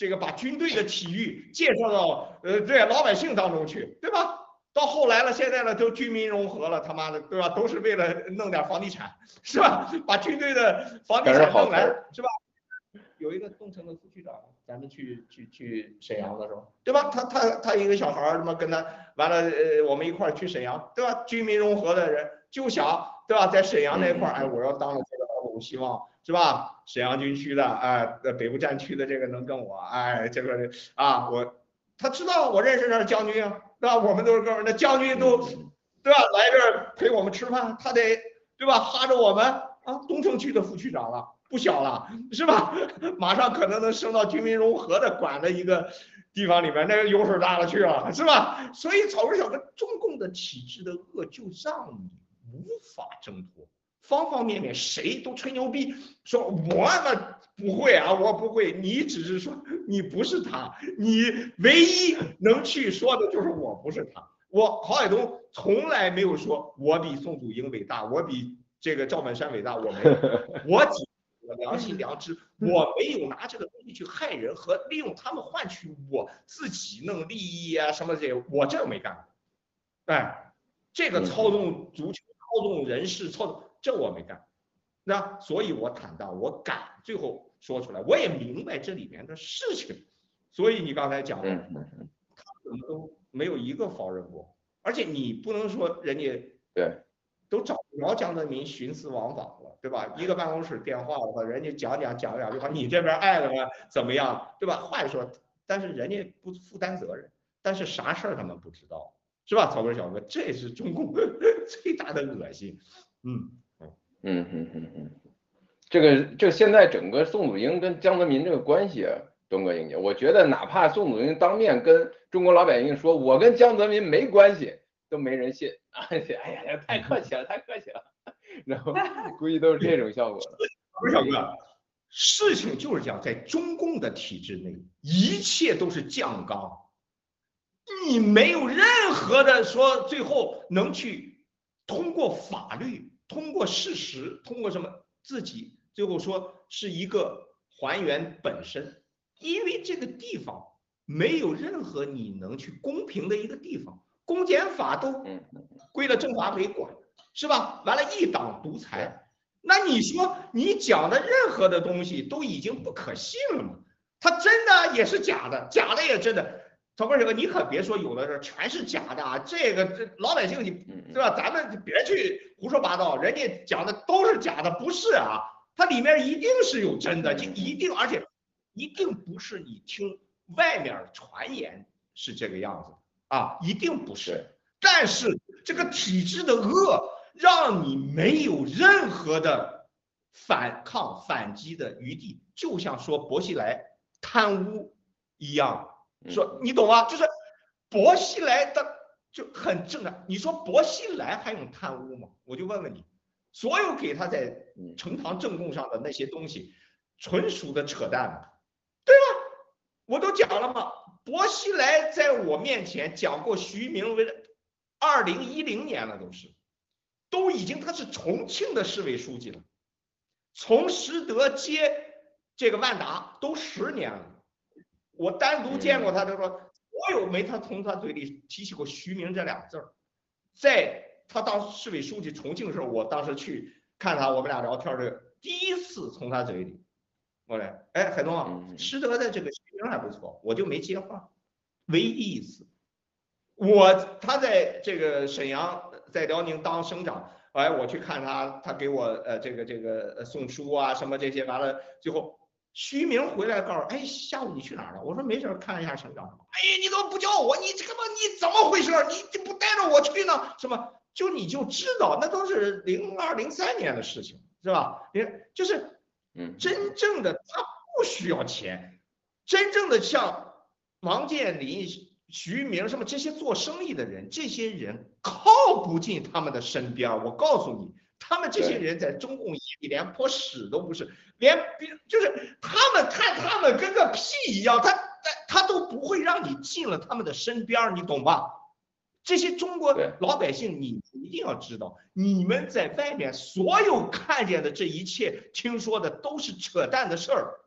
这个把军队的体育介绍到呃对老百姓当中去，对吧？到后来了，现在呢都军民融合了，他妈的，对吧？都是为了弄点房地产，是吧？把军队的房地产弄来，是吧？有一个东城的副区长，咱们去去去沈阳的时候，对吧？他他他一个小孩儿，他妈跟他完了，呃，我们一块儿去沈阳，对吧？军民融合的人就想，对吧？在沈阳那块儿，哎，我要当了这个，我希望是吧？沈阳军区的，哎，呃，北部战区的这个能跟我，哎，这个啊，我他知道我认识那将军啊，对吧？我们都是哥们儿，那将军都，对吧？来这儿陪我们吃饭，他得，对吧？哈着我们啊，东城区的副区长了。不小了，是吧？马上可能能升到军民融合的管的一个地方里面，那个油水大了去了，是吧？所以草根小哥，中共的体制的恶就让你无法挣脱，方方面面谁都吹牛逼，说我呢不会啊，我不会，你只是说你不是他，你唯一能去说的就是我不是他。我郝海东从来没有说我比宋祖英伟大，我比这个赵本山伟大，我没有，我只。我良心良知，我没有拿这个东西去害人和利用他们换取我自己弄利益啊什么这些，我这没干。哎，这个操纵足球、操纵人事、操纵这我没干。那所以我坦荡，我敢最后说出来，我也明白这里面的事情。所以你刚才讲的，他怎么都没有一个否认过，而且你不能说人家对。 都找不着江泽民徇私枉法了，对吧？一个办公室电话的话，人家讲讲讲两句话，你这边爱怎么怎么样，对吧？话说，但是人家不负担责任，但是啥事儿他们不知道，是吧？草根小哥，这是中共最大的恶心。嗯嗯嗯嗯嗯嗯，这个这个现在整个宋祖英跟江泽民这个关系啊，东哥英姐，我觉得哪怕宋祖英当面跟中国老百姓说，我跟江泽民没关系。都没人信啊！哎呀，太客气了，太客气了。然后估计都是这种效果的。 不是小哥，事情就是这样，在中共的体制内，一切都是酱缸，你没有任何的说最后能去通过法律、通过事实、通过什么自己最后说是一个还原本身，因为这个地方没有任何你能去公平的一个地方。公检法都归了政法委管，是吧？完了，一党独裁，那你说你讲的任何的东西都已经不可信了吗？它真的也是假的，假的也真的。曹哥，这个你可别说有的是全是假的啊！这个这老百姓你对吧？咱们别去胡说八道，人家讲的都是假的，不是啊？它里面一定是有真的，就一定，而且一定不是你听外面传言是这个样子。啊，一定不是，但是这个体制的恶让你没有任何的反抗、反击的余地，就像说薄熙来贪污一样，说你懂吗？就是薄熙来的就很正常。你说薄熙来还用贪污吗？我就问问你，所有给他在呈堂证供上的那些东西，纯属的扯淡，对吧？我都讲了嘛。薄熙来在我面前讲过徐明为二零一零年了，都是都已经他是重庆的市委书记了，从实德接这个万达都十年了。我单独见过他，他说我有没他从他嘴里提起过徐明这俩字儿。在他当市委书记重庆的时候，我当时去看他，我们俩聊天的第一次从他嘴里。过来，哎，海东啊，实德的这个学名还不错，我就没接话，唯一一次。我他在这个沈阳，在辽宁当省长，哎，我去看他，他给我呃这个这个送书啊什么这些，完了最后徐明回来告诉，哎，下午你去哪儿了？我说没事，看一下省长。哎，你怎么不叫我？你这个嘛，你怎么回事？你不带着我去呢？什么？就你就知道，那都是零二零三年的事情，是吧？你就是。 嗯， 真正的他不需要钱，真正的像王健林、徐明什么这些做生意的人，这些人靠不进他们的身边。我告诉你，他们这些人在中共眼里连泼屎都不是，连就是他们看他们跟个屁一样，他他都不会让你进了他们的身边，你懂吧？这些中国老百姓，你一定要知道，你们在外面所有看见的这一切、听说的都是扯淡的事儿，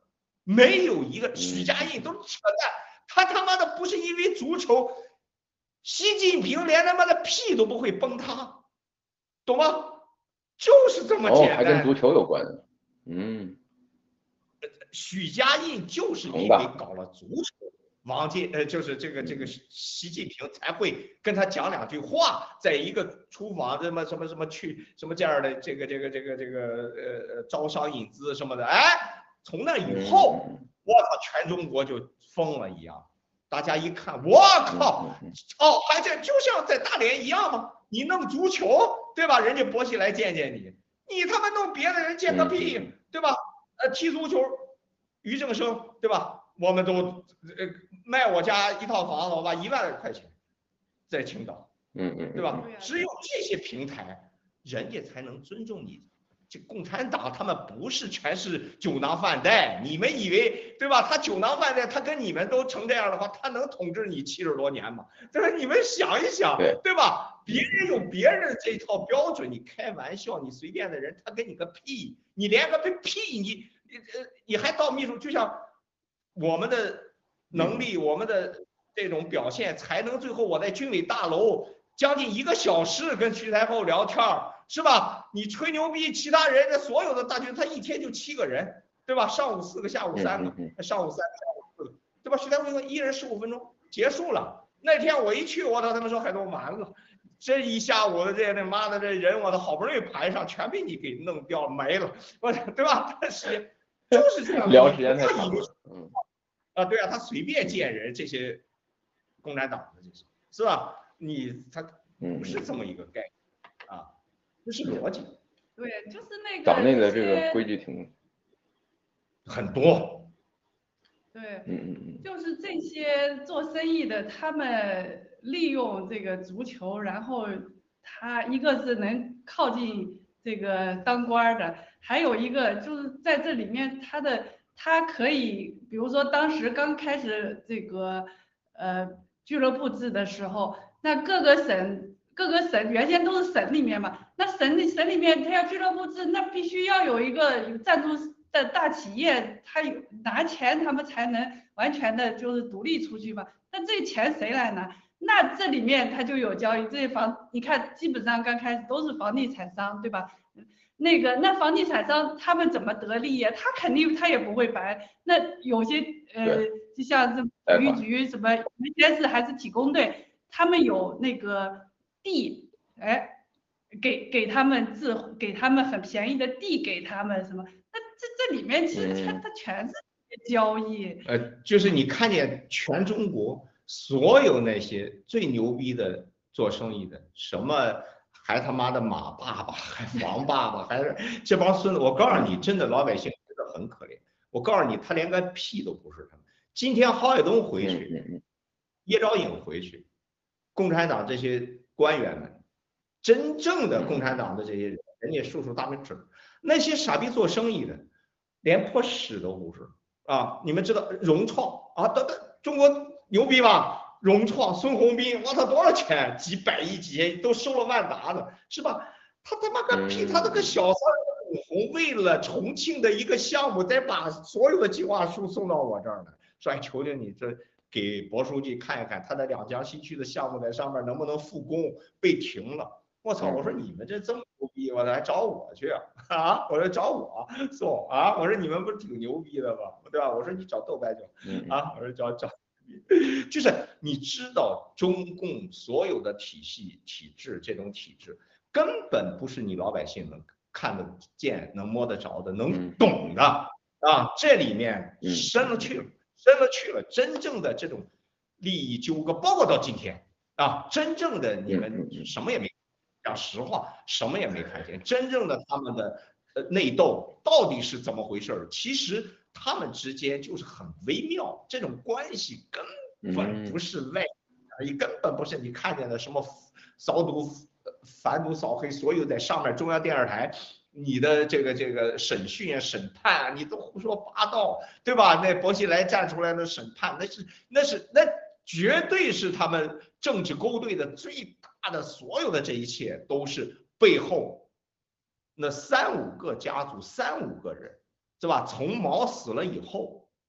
没有一个许家印都是扯淡，他他妈的不是因为足球，习近平连他妈的屁都不会崩他，懂吗？就是这么简单。 哦，还跟足球有关。嗯， 许家印就是因为搞了足球，王健呃就是这个这个习近平才会跟他讲两句话，在一个厨房什么什么什么去什么这样的这个这个这个这个呃招商引资什么的，哎，从那以后，我操，全中国就疯了一样。大家一看，我靠，哦，还这就像在大连一样吗？你弄足球，对吧？人家博西来见见你，你他妈弄别的人见个屁，对吧？呃，踢足球，于正声，对吧？我们都呃卖我家一套房子，我把一万块钱在青岛， 嗯嗯， 对吧？只有这些平台，人家才能尊重你。这共产党他们不是全是酒囊饭袋，你们以为对吧？他酒囊饭袋，他跟你们都成这样的话，他能统治你七十多年吗？但是你们想一想，对, 对吧？别人有别人的这套标准，你开玩笑，你随便的人他跟你个屁，你连个屁你你呃你还到秘书，就像我们的能力，我们的这种表现，才能最后我在军委大楼将近一个小时跟徐才厚聊天儿。是吧？你吹牛逼，其他人的所有的大军，他一天就七个人，对吧？上午四个，下午三个，上午三个，下午四个，对吧？徐才厚一人十五分钟结束了。那天我一去，我操，他们说海东完了，这一下午的这那妈的这人，我都好不容易排上，全被你给弄掉没了，我对吧？但是就是这样， 聊时间太长了，嗯啊，对啊，他随便见人，这些共产党的这些是吧？你他不是这么一个概念啊。这是逻辑， 对，就是那个党内的这个规矩挺很多， 对， 嗯嗯嗯， 就是这些做生意的，他们利用这个足球，然后他一个是能靠近这个当官的，还有一个就是在这里面他的他可以，比如说当时刚开始这个呃俱乐部制的时候，那各个省。各个省原先都是省里面嘛，那省里省里面他要俱乐部制，那必须要有一个有赞助的大企业，他有拿钱，他们才能完全的就是独立出去嘛。那这钱谁来拿？那这里面他就有交易，这些房你看基本上刚开始都是房地产商，对吧？那个那房地产商他们怎么得利呀？他肯定他也不会白。那有些呃，就像这体育局什么，原先是还是体工队，他们有那个。地，哎，给给他们自给他们很便宜的地给他们什么？那这这里面其实它它全是交易。 呃，就是你看见全中国所有那些最牛逼的做生意的，什么还他妈的马爸爸，还王爸爸，还是这帮孙子，我告诉你，真的老百姓真的很可怜。我告诉你，他连个屁都不是他们。今天郝海东回去，叶兆颖回去，共产党这些。官员们，真正的共产党的这些人，人家数数大拇指，那些傻逼做生意的，连破屎都不是啊！你们知道融创啊？等等，中国牛逼吧？融创、孙宏斌，我操，多少钱？几百亿、几千亿都收了万达的，是吧？他他妈个屁！他那个小三股红，为了重庆的一个项目，得把所有的计划书送到我这儿来，说哎，求求你这。给薄书记看一看，他的两江新区的项目在上面能不能复工？被停了，我操！我说你们这这么牛逼，我来找我去啊！啊，我说找我送啊！我说你们不是挺牛逼的吗？对吧？我说你找豆瓣去啊！我说找找，就是你知道中共所有的体系体制这种体制，根本不是你老百姓能看得见、能摸得着的、能懂的啊！这里面深了去了。真的去了，真正的这种利益纠葛，包括到今天啊，真正的你们什么也没，讲实话，什么也没看见。真正的他们的呃内斗到底是怎么回事？其实他们之间就是很微妙，这种关系根本不是外，也根本不是你看见的什么扫毒、反毒、扫黑，所有在上面中央电视台。你的这个这个审讯啊、审判啊，你都胡说八道，对吧？那薄熙来站出来的审判，那是那是那绝对是他们政治勾兑的最大的所有的这一切，都是背后那三五个家族、三五个人，是吧？从毛死了以后，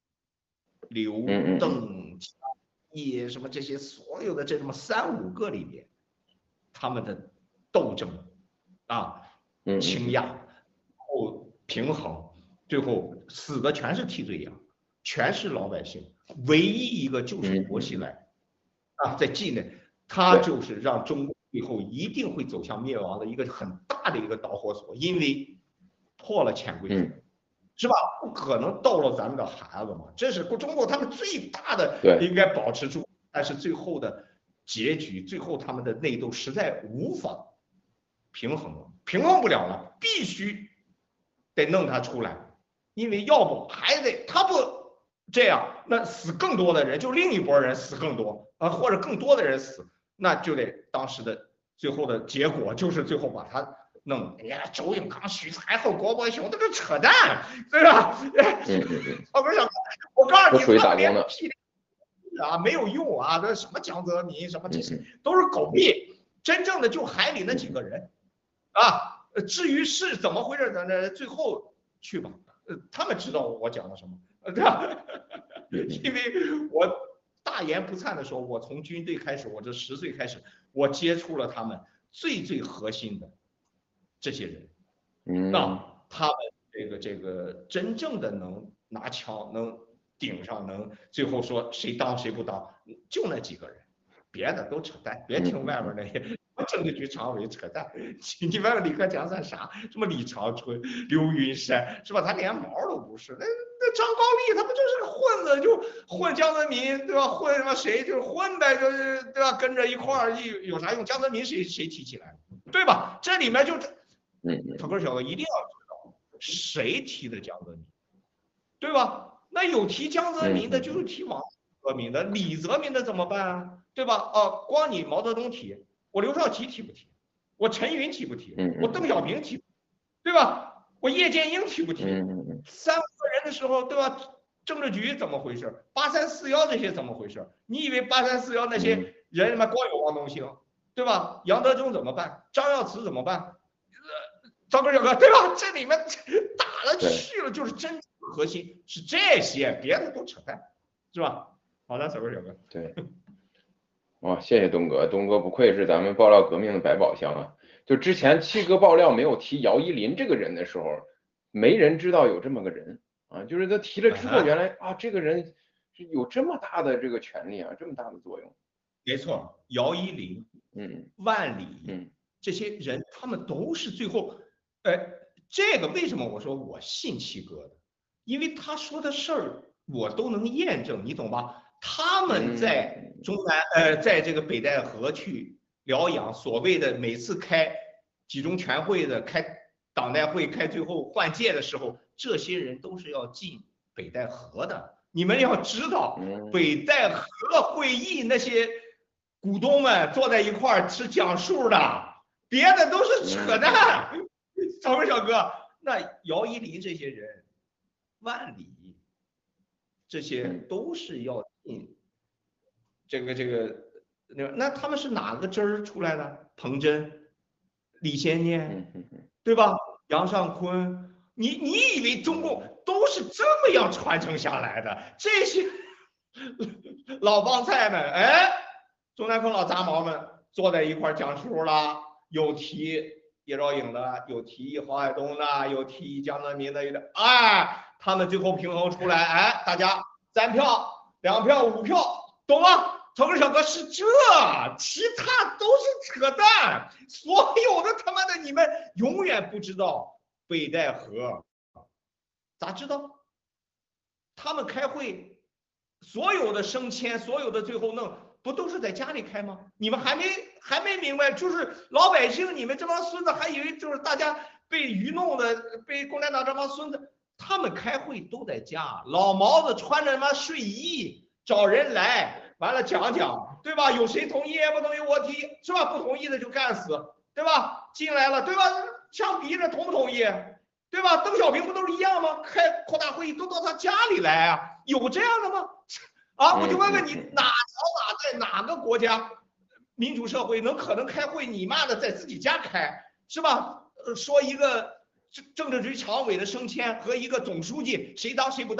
刘、 嗯嗯邓、嘉义什么这些所有的这么三五个里面，他们的斗争啊， 嗯倾轧，后平衡，最后死的全是替罪羊，全是老百姓，唯一一个就是薄熙来啊，在境内，他就是让中国最后一定会走向灭亡的一个很大的一个导火索，因为破了潜规则。 嗯是吧？不可能斗了咱们的孩子嘛，这是中国他们最大的应该保持住，但是最后的结局，最后他们的内斗实在无法平衡了，平衡不了了，必须得弄他出来，因为要不还得他不这样，那死更多的人，就另一拨人死更多啊，或者更多的人死，那就得当时的最后的结果就是最后把他。弄，哎呀，周永康、许才厚、郭伯雄，这个扯淡，对吧？ 嗯嗯嗯。 我不是想，我告诉你， 他们连屁啊没有用啊！这什么江泽民，什么这些都是狗屁。真正的就海里那几个人啊，至于是怎么回事，咱这最后去吧。呃，他们知道我讲的什么，对吧？因为我大言不惭的说，我从军队开始，我这十岁开始，我接触了他们最最核心的。这些人，那他们这个这个真正的能拿枪能顶上，能最后说谁当谁不当，就那几个人，别的都扯淡，别听外面那些政治局常委扯淡，你外面李克强算啥？什么李长春、刘云山是吧？他连毛都不是。那那张高丽他不就是个混子，就混江泽民对吧？混什么谁就是混呗，就是对吧？跟着一块儿有有啥用？江泽民谁谁提起来对吧？这里面就这。小哥小哥一定要知道谁提的江泽民，对吧？那有提江泽民的，就是提王泽民的，李泽民的怎么办啊？对吧？哦，光你毛泽东提，我刘少奇提不提？我陈云提不提？我邓小平提，对吧？我叶剑英提不提？三个人的时候，对吧？政治局怎么回事？八三四幺这些怎么回事？你以为八三四幺那些人他妈光有王东兴，对吧？杨德忠怎么办？张耀慈怎么办？赵哥小哥，对吧？这里面打了去了，就是真核心是这些，别的都扯淡，是吧？好的，小哥小哥。 对，哇，谢谢东哥，东哥不愧是咱们爆料革命的百宝箱啊！就之前七哥爆料没有提姚依林这个人的时候，没人知道有这么个人啊，就是他提了之后，原来啊这个人是有这么大的这个权利啊，这么大的作用。 没错，姚依林， 嗯， 万里， 嗯， 这些人他们都是最后。哎，这个为什么我说我信七哥的？因为他说的事儿我都能验证，你懂吧？他们在中南呃，在这个北戴河去疗养，所谓的每次开集中全会的、开党代会、开最后换届的时候，这些人都是要进北戴河的。你们要知道，北戴河会议那些股东们坐在一块儿是讲数的，别的都是扯淡。小哥小哥，那姚依林这些人，万里这些都是要进这个这个那那他们是哪个支儿出来的？彭真、李先念，对吧？杨尚昆，你你以为中共都是这么样传承下来的？这些老帮菜们，哎，中南空老杂毛们坐在一块讲数了，有提叶兆颖的，有提郝海东的，有提江泽民的，有的，哎，他们最后平衡出来，哎，大家三票、两票、五票，懂吗？小哥小哥是这，其他都是扯淡，所有的他妈的你们永远不知道北戴河，咋知道？他们开会，所有的升迁，所有的最后弄。不都是在家里开吗？你们还没还没明白，就是老百姓，你们这帮孙子还以为就是大家被愚弄的，被共产党这帮孙子，他们开会都在家，老毛子穿着他妈睡衣找人来，完了讲讲，对吧？有谁同意不同意我提，是吧？不同意的就干死，对吧？进来了，对吧？枪逼着同不同意，对吧？邓小平不都是一样吗？开扩大会议都到他家里来啊，有这样的吗？啊，我就问问你，哪朝哪在哪个国家民主社会能可能开会？你妈的在自己家开是吧？呃，说一个政政治局常委的升迁和一个总书记谁当谁不当，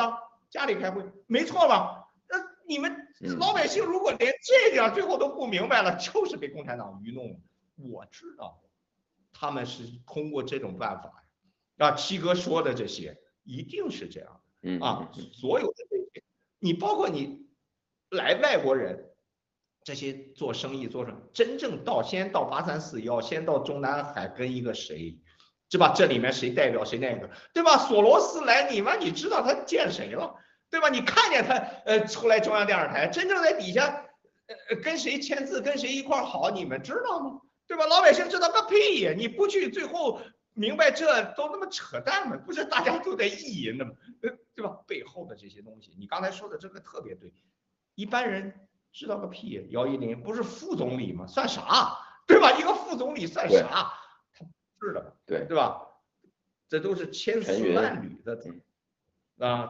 家里开会，没错吧？那你们老百姓如果连这点最后都不明白了，就是被共产党愚弄了。我知道，他们是通过这种办法啊，七哥说的这些一定是这样的啊，所有的这些，你包括你来外国人。这些做生意做成真正到先到八三四幺，先到中南海跟一个谁，是吧？这里面谁代表谁那个，对吧？索罗斯来你们，你知道他见谁了，对吧？你看见他呃出来中央电视台，真正在底下呃跟谁签字，跟谁一块好，你们知道吗？对吧？老百姓知道个屁呀！你不去，最后明白这都那么扯淡吗？不是大家都在意淫的吗？对吧？背后的这些东西，你刚才说的这个特别对，一般人。知道个屁！姚依林不是副总理吗？算啥？对吧？一个副总理算啥？他不是的， 对对吧？这都是千丝万缕的啊！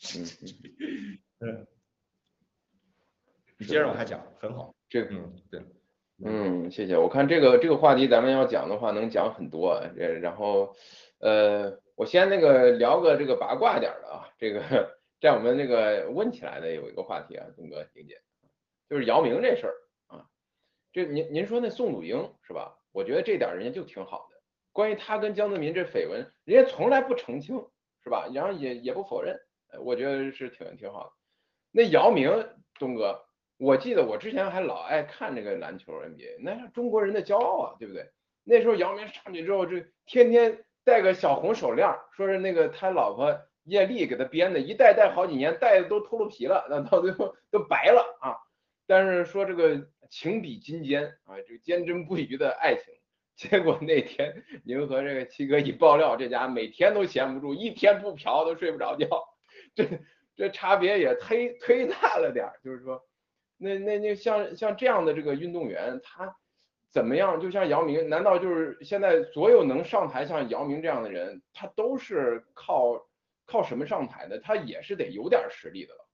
嗯，你接着往下讲，很好。 这个， 嗯，对， 嗯，谢谢。我看这个这个话题咱们要讲的话，能讲很多。呃，然后，呃，我先那个聊个这个八卦点的啊，这个在我们那个问起来的有一个话题啊，东哥、婷姐。就是姚明这事儿啊，这您您说那宋祖英是吧？我觉得这点人家就挺好的。关于他跟江泽民这绯闻，人家从来不澄清是吧？然后也也不否认，我觉得是挺挺好的。那姚明东哥，我记得我之前还老爱看这个篮球 N B A， 那是中国人的骄傲啊，对不对？那时候姚明上去之后，这天天戴个小红手链，说是那个他老婆叶丽给他编的，一戴戴好几年，戴的都秃噜皮了，那到最后都白了啊。但是说这个情比金坚啊，这个坚贞不渝的爱情，结果那天您和这个七哥一爆料，这家每天都闲不住，一天不嫖都睡不着觉，这这差别也忒忒大了点儿。就是说，那那那像像这样的这个运动员，他怎么样？就像姚明，难道就是现在所有能上台像姚明这样的人，他都是靠靠什么上台的？他也是得有点实力的了。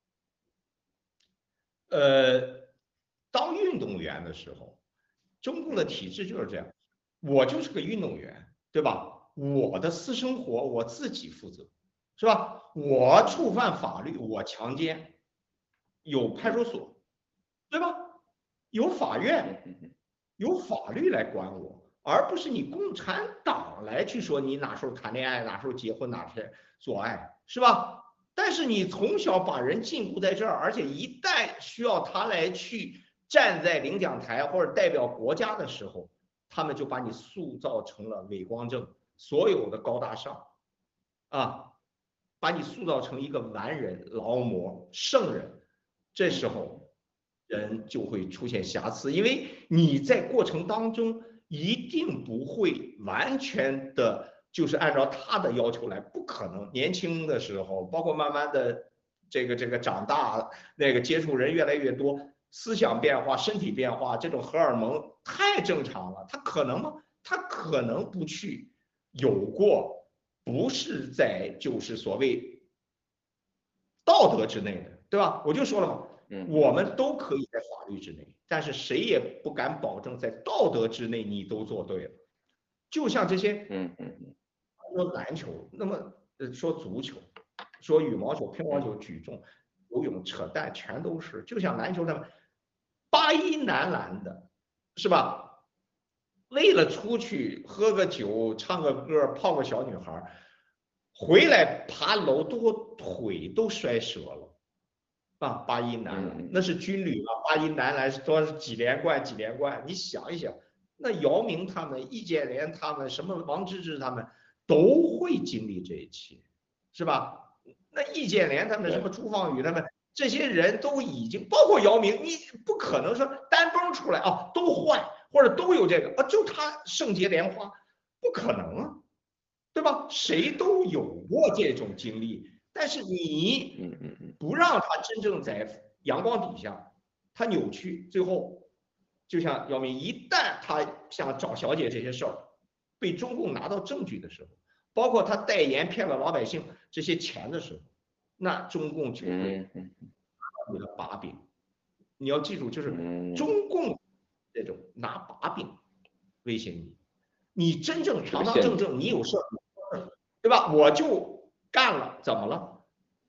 呃。当运动员的时候，中共的体制就是这样，我就是个运动员，对吧？我的私生活我自己负责，是吧？我触犯法律，我强奸，有派出所，对吧？有法院，有法律来管我，而不是你共产党来去说你哪时候谈恋爱，哪时候结婚，哪时候做爱，是吧？但是你从小把人禁锢在这儿，而且一旦需要他来去站在领奖台或者代表国家的时候，他们就把你塑造成了伪光正，所有的高大上，啊，把你塑造成一个完人、劳模、圣人，这时候人就会出现瑕疵，因为你在过程当中一定不会完全的就是按照他的要求来，不可能。年轻的时候，包括慢慢的这个这个长大，那个接触人越来越多。思想变化、身体变化，这种荷尔蒙太正常了。他可能吗？他可能不去有过，不是在就是所谓道德之内的，对吧？我就说了嘛，我们都可以在法律之内，但是谁也不敢保证在道德之内你都做对了。就像这些， 嗯嗯， 说篮球，那么说足球，说羽毛球、乒乓球、举重、游泳，扯淡，全都是。就像篮球上面。八一男篮的，是吧？为了出去喝个酒、唱个歌、泡个小女孩，回来爬楼都腿都摔折了啊！八一男篮那是军旅啊，八一男篮是多几连冠几连冠，你想一想，那姚明他们、易建联他们、什么王治郅他们都会经历这一切，是吧？那易建联他们、什么朱芳雨他们。这些人都已经包括姚明，你不可能说单崩出来啊，都坏或者都有这个啊，就他圣洁莲花，不可能啊，对吧？谁都有过这种经历，但是你不让他真正在阳光底下，他扭曲，最后就像姚明，一旦他像找小姐这些事儿被中共拿到证据的时候，包括他代言骗了老百姓这些钱的时候。那中共就会你的把柄，你要记住，就是中共这种拿把柄威胁你，你真正堂堂正正，你有事儿，对吧？我就干了，怎么了？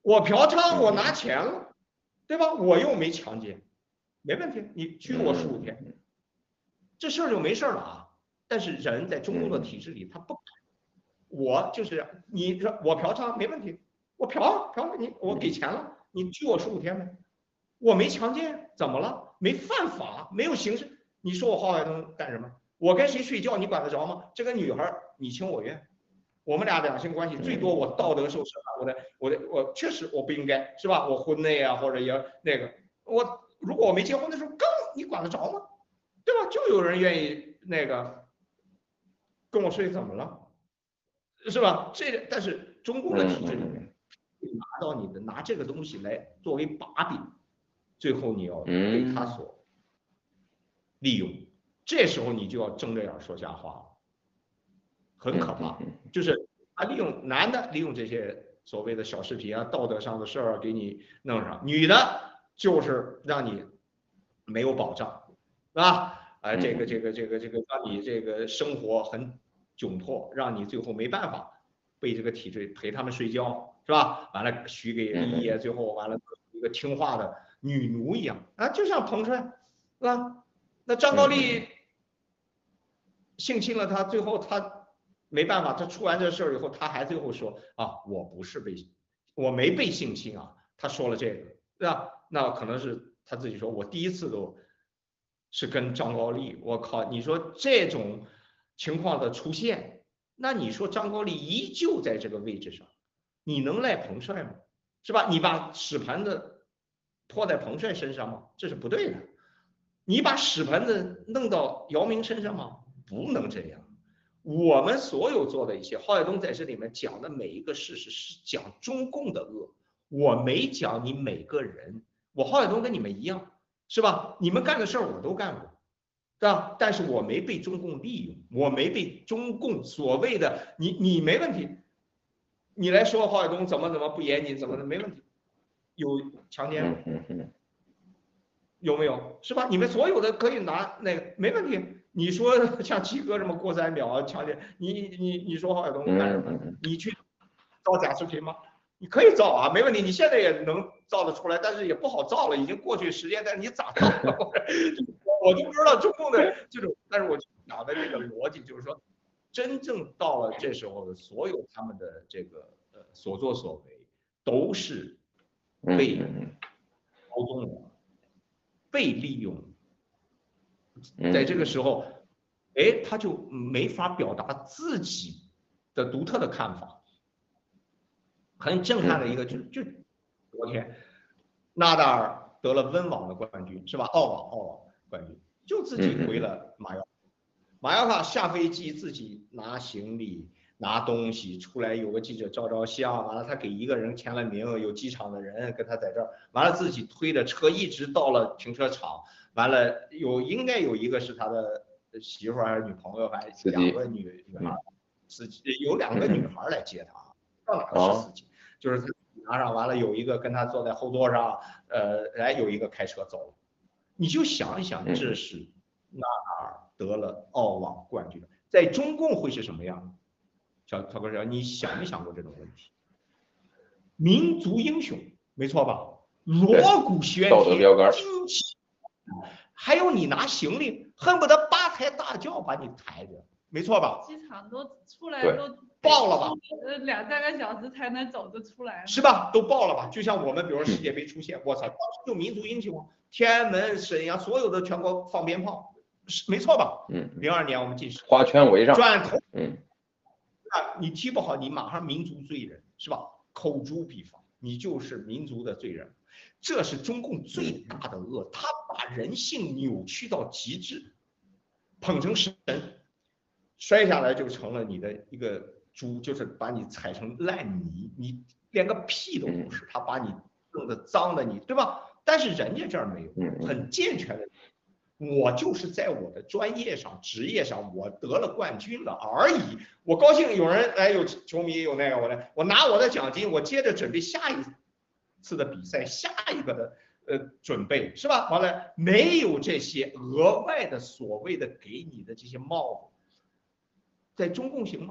我嫖娼我拿钱了，对吧？我又没强奸，没问题，你拘我十五天，这事儿就没事了啊。但是人在中共的体制里，他不敢。我就是你说我嫖娼没问题，我嫖嫖你，我给钱了，你拘我十五天呗。我没强奸，怎么了？没犯法，没有刑事。你说我郝海东干什么？我跟谁睡觉，你管得着吗？这个女孩你情我愿，我们俩两性关系最多我道德受损了，我的我的我确实我不应该是吧？我婚内啊或者也那个，我如果我没结婚的时候更你管得着吗？对吧？就有人愿意那个跟我睡，怎么了？是吧？这但是中共的体制里面，拿到你的拿这个东西来作为把柄，最后你要被他所利用，这时候你就要睁着眼说瞎话了，很可怕。就是他利用男的利用这些所谓的小视频啊、道德上的事儿给你弄上，女的就是让你没有保障，是吧？啊，这个这个这个这个让你这个生活很窘迫，让你最后没办法被这个体制陪他们睡觉，是吧？完了许给利益，最后完了一个听话的女奴一样啊，就像彭帅，是吧？那张高丽性侵了他，最后他没办法，他出完这事儿以后，他还最后说啊，我不是被，我没被性侵啊，他说了这个，对吧？那可能是他自己说，我第一次都是跟张高丽，我靠，你说这种情况的出现，那你说张高丽依旧在这个位置上，你能赖彭帅吗？是吧？你把屎盆子泼在彭帅身上吗？这是不对的。你把屎盆子弄到姚明身上吗？不能这样。我们所有做的一些，郝海东在这里面讲的每一个事实是讲中共的恶，我没讲你每个人。我郝海东跟你们一样，是吧？你们干的事儿我都干过，对吧？但是我没被中共利用，我没被中共所谓的你你没问题，你来说郝海东怎么怎么不严谨，怎么的没问题，有强奸吗？有没有？是吧？你们所有的可以拿那个没问题。你说像七哥这么过三秒强奸，你你你说郝海东干什么？你去造假视频吗？你可以造啊，没问题。你现在也能造得出来，但是也不好造了，已经过去时间。但是你咋造的？我就不知道中共的这种，但是我讲的这个逻辑就是说，真正到了这时候的所有他们的这个呃所作所为，都是被操纵的。被利用，在这个时候，哎，他就没法表达自己的独特的看法。很震撼的一个，就就昨天，纳达尔得了温网的冠军，是吧？澳网澳网冠军，就自己回了马约卡，马约卡下飞机自己拿行李。拿东西出来，有个记者照照相，完了他给一个人签了名，有机场的人跟他在这儿，完了自己推着车一直到了停车场，完了有应该有一个是他的媳妇还是女朋友，反正两个女女孩，司机有两个女孩来接他，到哪个是司机，就是他拿上完了有一个跟他坐在后座上，呃，来有一个开车走了，你就想一想，这是纳达尔得了澳网冠军，在中共会是什么样？小曹哥，你想没想过这种问题？民族英雄，没错吧？锣鼓喧天，旌旗，还有你拿行李，恨不得八抬大轿把你抬着，没错吧？ 机场都出来都爆了吧？ 呃，两三个小时才能走得出来， 是吧？都爆了吧？就像我们，比如说世界杯出现，我操，当时就民族英雄，天安门、沈阳所有的全国放鞭炮，没错吧？ 嗯。 零二年我们进世， 花圈围上， 转头， 嗯。 你踢不好，你马上民族罪人是吧？口诛笔伐，你就是民族的罪人。这是中共最大的恶，他把人性扭曲到极致，捧成神，摔下来就成了你的一个猪，就是把你踩成烂泥，你连个屁都不是，他把你弄得脏的你，对吧？但是人家这儿没有，很健全的。我就是在我的专业上、职业上，我得了冠军了而已。我高兴，有人哎，有球迷有那个，我来，我拿我的奖金，我接着准备下一次的比赛，下一个的呃准备，是吧？完了，没有这些额外的所谓的给你的这些帽子，在中共行吗？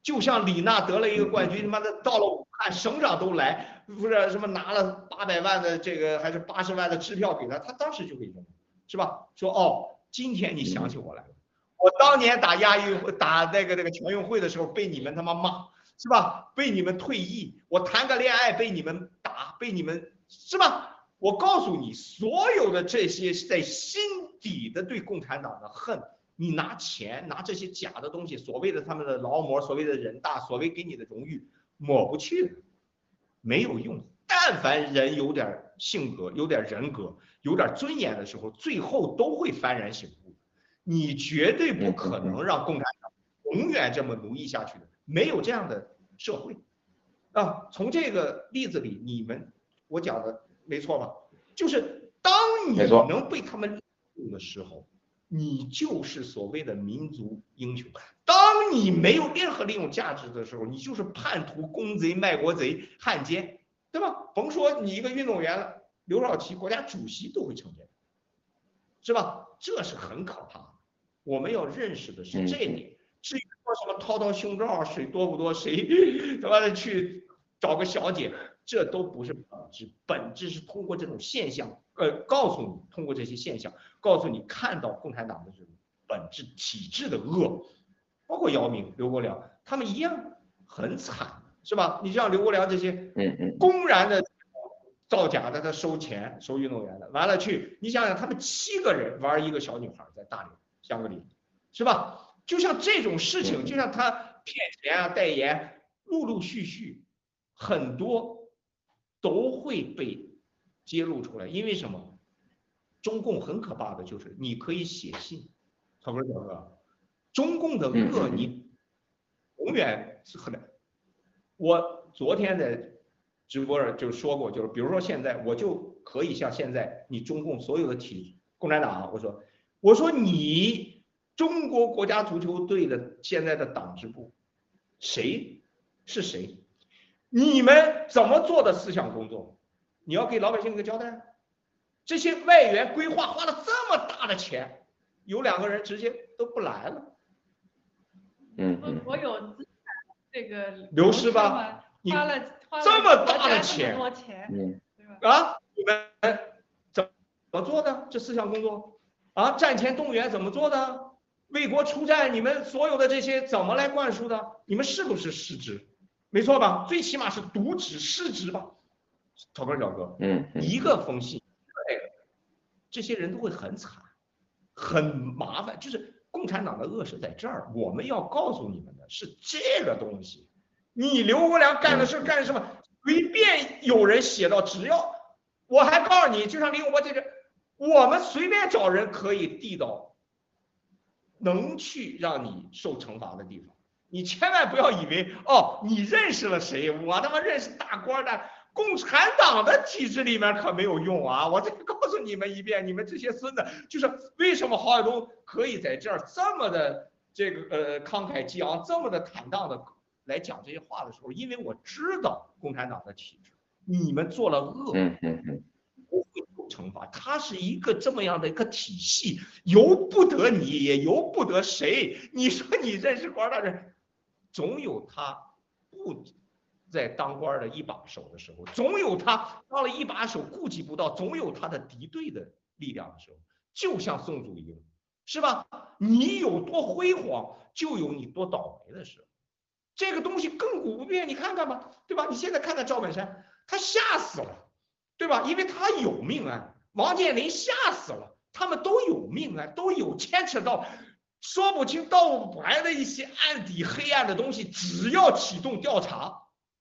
就像李娜得了一个冠军，他妈的到了武汉，省长都来，不是什么拿了八百万的这个还是八十万的支票给他，他当时就会认，是吧？说哦，今天你想起我来了，我当年打亚运会、打那个那个全运会的时候被你们他妈骂，是吧？被你们退役，我谈个恋爱被你们打，被你们是吧？我告诉你，所有的这些在心底的对共产党的恨。你拿钱拿这些假的东西，所谓的他们的劳模，所谓的人大，所谓给你的荣誉，抹不去的，没有用。但凡人有点性格、有点人格、有点尊严的时候，最后都会幡然醒悟。你绝对不可能让共产党永远这么奴役下去的，没有这样的社会啊。从这个例子里，你们我讲的没错吧？就是当你能被他们利用的时候。你就是所谓的民族英雄。当你没有任何利用价值的时候，你就是叛徒、公贼、卖国贼、汉奸，对吧？甭说你一个运动员了，刘少奇国家主席都会承认，是吧？这是很可怕的。我们要认识的是这一点。至于说什么掏掏胸罩，水多不多，谁他妈的去找个小姐，这都不是本质。本质是通过这种现象。呃，告诉你，通过这些现象，告诉你看到共产党的这种本质体制的恶，包括姚明、刘国梁，他们一样很惨，是吧？你像刘国梁这些，公然的造假的，他收钱收运动员的，完了去，你想想，他们七个人玩一个小女孩在大连香格里，是吧？就像这种事情，就像他骗钱啊、代言，陆陆续续很多都会被揭露出来。因为什么？中共很可怕的就是你可以写信，小哥小哥，中共的恶你永远是很难。我昨天在直播上就说过，就是比如说现在我就可以像现在你中共所有的体制，共产党，我说我说你中国国家足球队的现在的党支部谁是谁？你们怎么做的思想工作？你要给老百姓一个交代。这些外援规划花了这么大的钱，有两个人直接都不来了。 嗯，我有这个流失吧？你花了这么大的钱， 多钱， 嗯，啊，你们怎么做的这思想工作？啊，战前动员怎么做的？为国出战，你们所有的这些怎么来灌输的？你们是不是失职？没错吧？最起码是渎职失职吧？小哥小哥，嗯，一个封信，这些人都会很惨，很麻烦。就是共产党的恶是在这儿，我们要告诉你们的是这个东西。你刘国梁干的事干什么？随便有人写到，只要我还告诉你，就像李永波这个，我们随便找人可以递到能去让你受惩罚的地方。你千万不要以为哦，你认识了谁？我他妈认识大官的。共产党的体制里面可没有用啊！我再告诉你们一遍，你们这些孙子，就是为什么郝海东可以在这儿这么的这个呃慷慨激昂，这么的坦荡的来讲这些话的时候，因为我知道共产党的体制，你们做了恶，不会有惩罚。它是一个这么样的一个体系，由不得你，也由不得谁。你说你认识官大人，总有他不在当官的一把手的时候，总有他当了一把手顾及不到，总有他的敌对的力量的时候，就像宋祖英，是吧？你有多辉煌，就有你多倒霉的时候。这个东西亘古不变，你看看吧，对吧？你现在看看赵本山，他吓死了，对吧？因为他有命案，王健林吓死了，他们都有命案，都有牵扯到说不清道不白的一些暗底黑暗的东西，只要启动调查。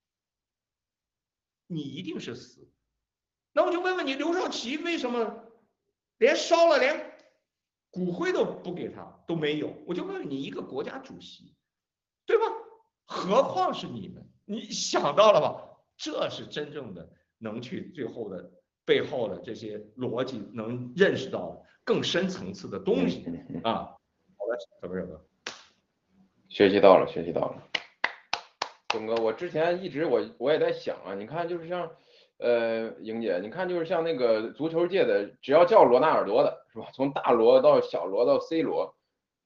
你一定是死。那我就问问你，刘少奇为什么连烧了连骨灰都不给他都没有？我就问问你，一个国家主席，对吧？何况是你们，你想到了吧？这是真正的能去最后的背后的这些逻辑，能认识到更深层次的东西啊。好的，小哥小哥， 学习到了，学习到了。东哥，我之前一直我我也在想啊，你看就是像，呃，莹姐，你看就是像那个足球界的，只要叫罗纳尔多的是吧？从大罗到小罗到 C 罗，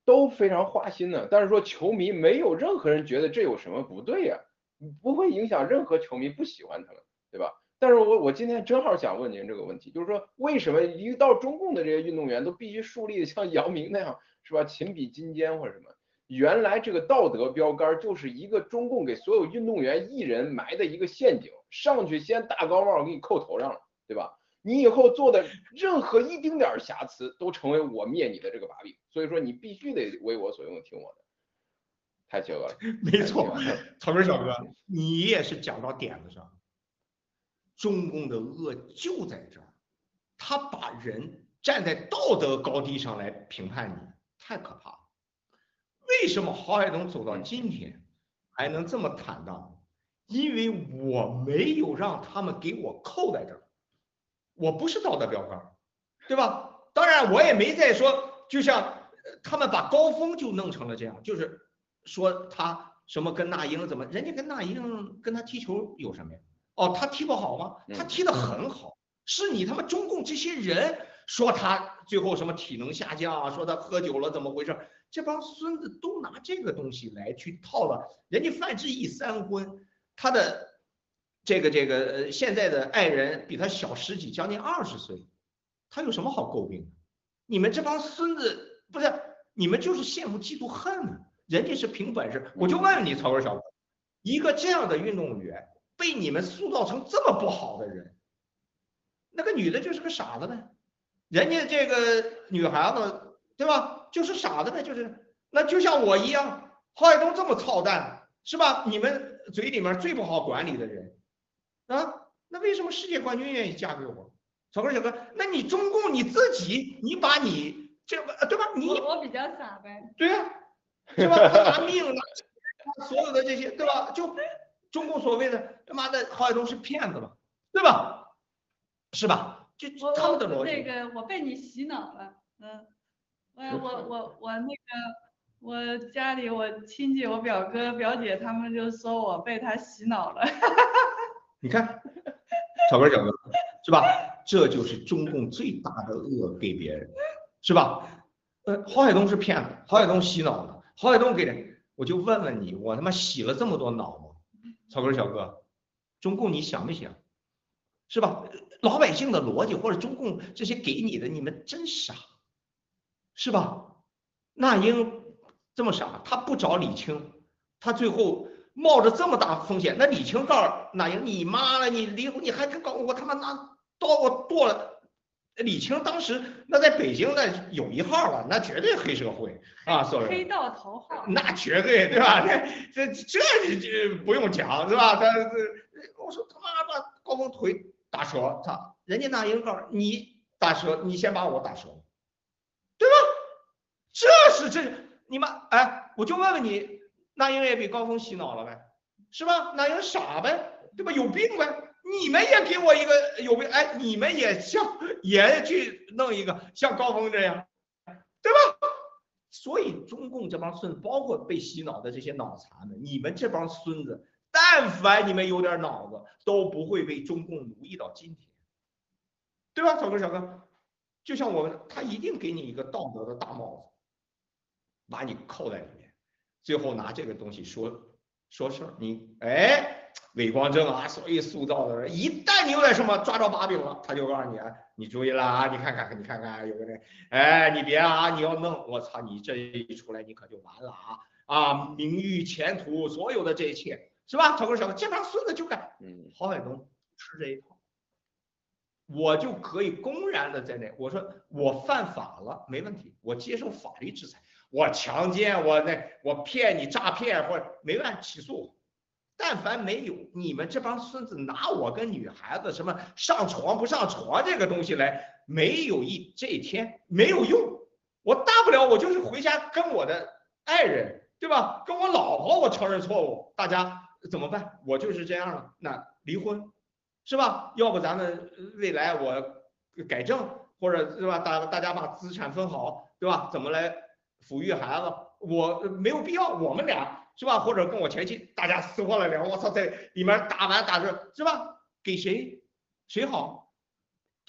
都非常花心的。但是说球迷没有任何人觉得这有什么不对呀、啊，不会影响任何球迷不喜欢他们，对吧？但是我我今天正好想问您这个问题，就是说为什么一到中共的这些运动员都必须树立像姚明那样，是吧？勤比金坚或者什么？原来这个道德标杆就是一个中共给所有运动员艺人埋的一个陷阱，上去先大高帽给你扣头上了，对吧？你以后做的任何一丁点瑕疵都成为我灭你的这个把柄，所以说你必须得为我所用，听我的。太邪恶了， 没错，草根小哥，你也是讲到点子上。中共的恶就在这儿，他把人站在道德高地上来评判你，太可怕了。为什么郝海东走到今天还能这么坦荡？因为我没有让他们给我扣在这儿，我不是道德标杆，对吧？当然我也没在说，就像他们把高峰就弄成了这样，就是说他什么跟那英怎么，人家跟那英跟他踢球有什么呀？哦，他踢不好吗？他踢得很好，是你他妈中共这些人说他最后什么体能下降啊，说他喝酒了怎么回事？这帮孙子都拿这个东西来去套了。人家范志毅三婚，他的这个这个呃现在的爱人比他小十几，将近二十岁，他有什么好诟病的？你们这帮孙子不是你们就是羡慕嫉妒恨呢？人家是凭本事。我就问问你，曹根小哥，一个这样的运动员。被你们塑造成这么不好的人，那个女的就是个傻子呗，人家这个女孩子对吧，就是傻子呗，就是那就像我一样，郝海东这么操蛋是吧？你们嘴里面最不好管理的人啊，那为什么世界冠军愿意嫁给我？草根小哥，那你中共你自己，你把你这个对吧？你我比较傻呗， 对啊，是吧？他拿命拿所有的这些对吧？就。中共所谓的他妈的郝海东是骗子嘛，对吧？是吧？就他们的逻辑。 那个我被你洗脑了，嗯，我我我我那个我家里我亲戚我表哥表姐他们就说我被他洗脑了。 你看，草根小哥是吧？这就是中共最大的恶给别人，是吧？呃，郝海东是骗子，郝海东洗脑了，郝海东给人，我就问问你，我他妈洗了这么多脑吗？草根小哥，中共你想没想，是吧？老百姓的逻辑或者中共这些给你的，你们真傻，是吧？那英这么傻，他不找李青，他最后冒着这么大风险，那李青告诉那英你妈了，你离婚你还跟搞我他妈拿刀我剁了。李青当时那在北京那有一号了，那绝对黑社会啊，所谓黑道头号， 那绝对对吧？这这这这不用讲是吧？他这我说他妈把高峰腿打折，他人家那英告诉你打折，你先把我打折，对吧？这是这你妈哎，我就问问你，那英也比高峰洗脑了呗，是吧？那英傻呗，对吧？有病呗。你们也给我一个有病，哎，你们也像也去弄一个像高峰这样，对吧？所以中共这帮孙子，包括被洗脑的这些脑残们，你们这帮孙子，但凡你们有点脑子，都不会被中共奴役到今天，对吧？小哥小哥，就像我们，他一定给你一个道德的大帽子，把你扣在里面，最后拿这个东西说说事儿，你哎。伪光正啊，所以塑造的人，一旦你有点什么抓着把柄了，他就告诉你，你注意了啊，你看看，你看看，有个人，哎，你别啊，你要弄，我操，你这一出来，你可就完了啊啊，名誉、前途，所有的这一切，是吧？草根小哥，这帮孙子就敢，嗯，郝海东吃这一套，我就可以公然的在那，我说我犯法了，没问题，我接受法律制裁，我强奸，我那我骗你诈骗或者没问题，起诉我。但凡没有你们这帮孙子拿我跟女孩子什么上床不上床这个东西来，没有一这一天没有用。我大不了我就是回家跟我的爱人，对吧？跟我老婆我承认错误，大家怎么办？我就是这样了，那离婚，是吧？要不咱们未来我改正，或者是吧？大大家把资产分好，对吧？怎么来抚育孩子？我没有必要，我们俩。是吧？或者跟我前妻大家撕破了脸，我操，在里面打完打着是吧？给谁谁好，对吧？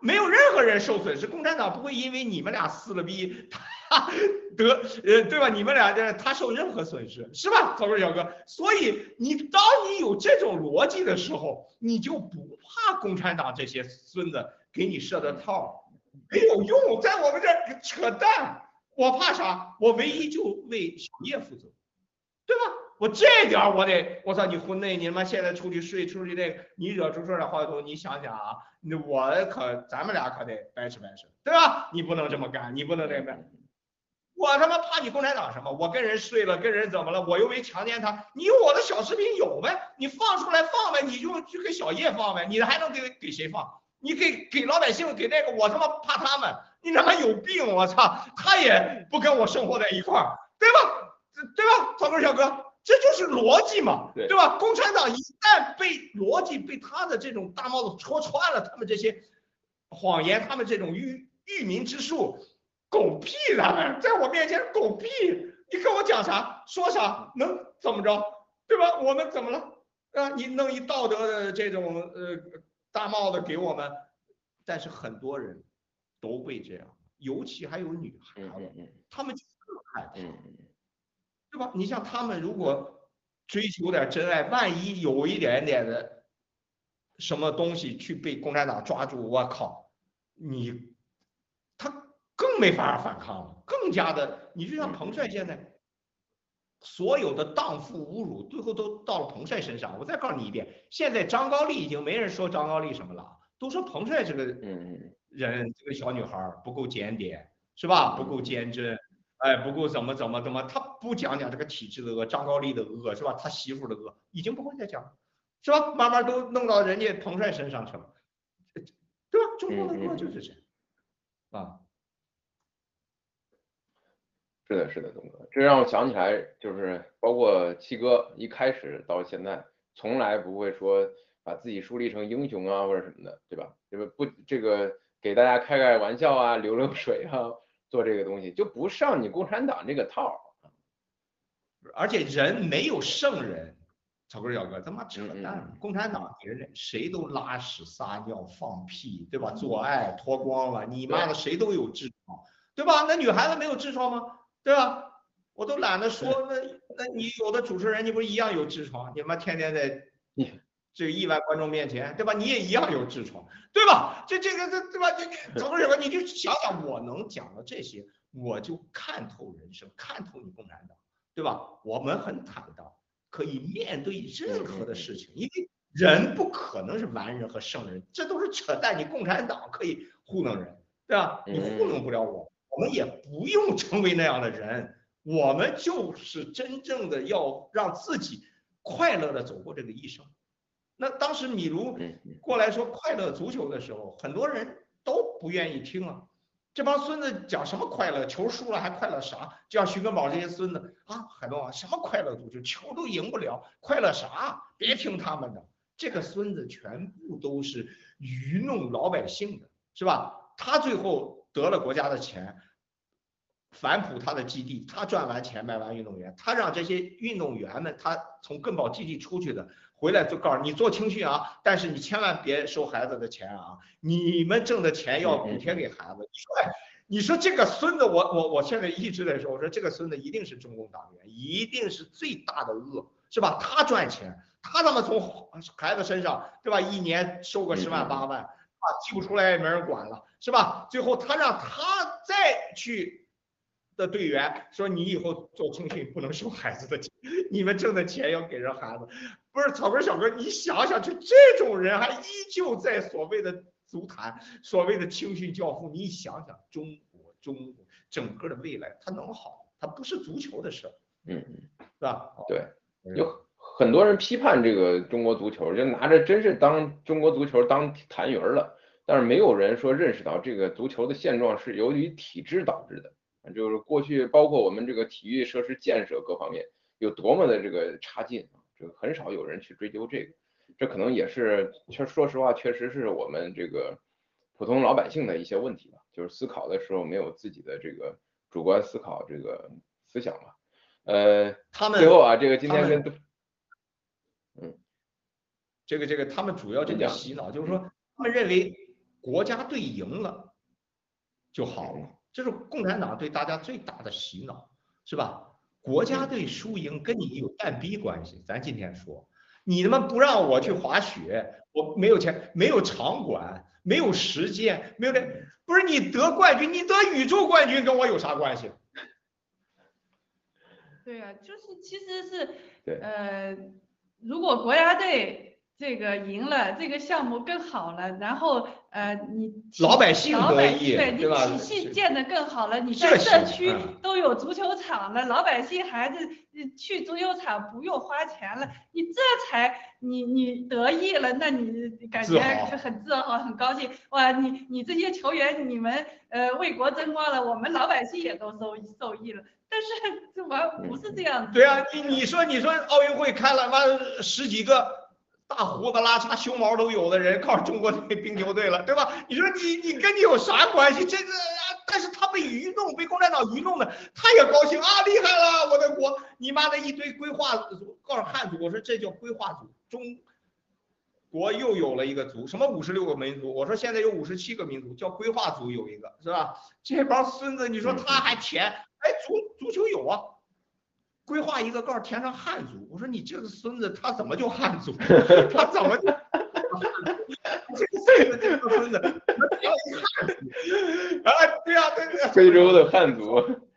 没有任何人受损失，共产党不会因为你们俩撕了逼，他得呃对吧？你们俩这他受任何损失，是吧，草根小哥？所以你当你有这种逻辑的时候，你就不怕共产党这些孙子给你设的套，没有用，在我们这儿扯淡。我怕啥？我唯一就为小叶负责，对吧？我这点我得，我操你婚内，你他妈现在出去睡出去这个，你惹出这点话头，你想想啊，那我可咱们俩可得掰扯掰扯，对吧？你不能这么干，你不能这么干。我他妈怕你共产党什么？我跟人睡了，跟人怎么了？我又没强奸他，你有我的小视频有呗？你放出来放呗，你就就给小叶放呗，你还能给给谁放？你给给老百姓给那个，我他妈怕他们，你他妈有病！我操，他也不跟我生活在一块儿，对吧？对吧，草根小哥？这就是逻辑嘛，对, 对吧？共产党一旦被逻辑被他的这种大帽子戳穿了，他们这些谎言，他们这种愚愚民之术，狗屁他们在我面前狗屁，你跟我讲啥说啥能怎么着，对吧？我们怎么了啊？你弄一道德的这种呃大帽子给我们，但是很多人都会这样，尤其还有女孩子，他们就更害怕。对吧？你像他们如果追求点真爱，万一有一点点的什么东西去被共产党抓住，我靠，你他更没法反抗了，更加的，你就像彭帅现在所有的荡妇侮辱，最后都到了彭帅身上。我再告诉你一遍，现在张高丽已经没人说张高丽什么了，都说彭帅这个人，这个小女孩不够检点，是吧？不够坚贞。哎，不够怎么怎么怎么，他不讲讲这个体制的恶，张高丽的恶是吧？他媳妇的恶已经不会再讲了，是吧？慢慢都弄到人家彭帅身上去了，对吧？中国的恶就是这样啊。 是的，是的，东哥，这让我想起来，就是包括七哥一开始到现在，从来不会说把自己树立成英雄啊或者什么的，对吧？这个不，这个给大家开开玩笑啊，流流水啊。做这个东西就不上你共产党这个套， 而且人没有圣人，草根小哥他妈扯淡！嗯、共产党你人谁都拉屎撒尿放屁，对吧？做爱脱光了，你妈的谁都有痔疮，对吧？那女孩子没有痔疮吗？对吧？我都懒得说，那那你有的主持人你不是一样有痔疮？你妈天天在这亿万观众面前，对吧？你也一样有痔疮，对吧？这这个这对吧？这草根小哥你就想想，我能讲的这些，我就看透人生，看透你共产党。对吧？我们很坦荡，可以面对任何的事情，因为人不可能是完人和圣人，这都是扯淡。你共产党可以糊弄人，对吧？你糊弄不了我，我们也不用成为那样的人，我们就是真正的要让自己快乐的走过这个一生。那当时米卢过来说快乐足球的时候，很多人都不愿意听啊。这帮孙子讲什么快乐？球输了还快乐啥？就像徐根宝这些孙子啊，海东啊，什么快乐足球？球都赢不了，快乐啥？别听他们的，这个孙子全部都是愚弄老百姓的，是吧？他最后得了国家的钱，反哺他的基地，他赚完钱买完运动员，他让这些运动员们，他从根宝基地出去的。回来就告诉你做青训啊，但是你千万别收孩子的钱啊！你们挣的钱要补贴给孩子。你说，哎，你说这个孙子，我我我现在一直在说，我说这个孙子一定是中共党员，一定是最大的恶，是吧？他赚钱，他他妈从孩子身上，对吧？一年收个十万八万，啊，寄不出来也没人管了，是吧？最后他让他再去的队员说，你以后做青训不能收孩子的钱，你们挣的钱要给人孩子。不是草根小哥，你想想，就这种人还依旧在所谓的足坛，所谓的青训教父，你想想，中国中国整个的未来，它能好？它不是足球的事儿， 嗯， 是吧？ 对，有很多人批判这个中国足球，就拿着真是当中国足球当痰盂了，但是没有人说认识到这个足球的现状是由于体制导致的，就是过去包括我们这个体育设施建设各方面有多么的这个差劲。很少有人去追究这个，这可能也是，确说实话，确实是我们这个普通老百姓的一些问题吧，就是思考的时候没有自己的这个主观思考这个思想吧。呃， 他们最后啊，这个今天跟，嗯， 这个这个他们主要这个洗脑，就是说他们认为国家队赢了就好了，这是共产党对大家最大的洗脑，是吧？国家队输赢跟你有蛋逼关系。咱今天说，你他妈不让我去滑雪，我没有钱，没有场馆，没有时间，没有这，不是你得冠军，你得宇宙冠军跟我有啥关系？ 对啊，就是其实是对呃，如果国家队这个赢了，这个项目更好了，然后呃你体老百姓老百得益， 对你对吧？ 体系建得更好了，你这在社行区嗯都有足球场了，老百姓孩子呃去足球场不用花钱了，你这才你你得益了，那你感觉自豪很自豪很高兴哇！你你这些球员你们呃为国争光了，我们老百姓也都受受益了。但是这完不是这样子。 对啊，你你说你说奥运会开了，完十几个大胡子拉碴、胸毛都有的人告诉中国队冰球队了，对吧？你说你你跟你有啥关系？这个，但是他被愚弄，被共产党愚弄的，他也高兴啊，厉害了，我的国！你妈的一堆规划组，告诉汉族，我说这叫规划组，中国又有了一个族，什么五十六个民族？我说现在有五十七个民族，叫规划组有一个，是吧？这帮孙子，你说他还填？哎，足足球有啊，规划一个告诉填上汉族。我说你这个孙子，他怎么就汉族？他怎么就这个孙子，这个孙子，填一汉族啊？对啊，对对。 非洲的汉族。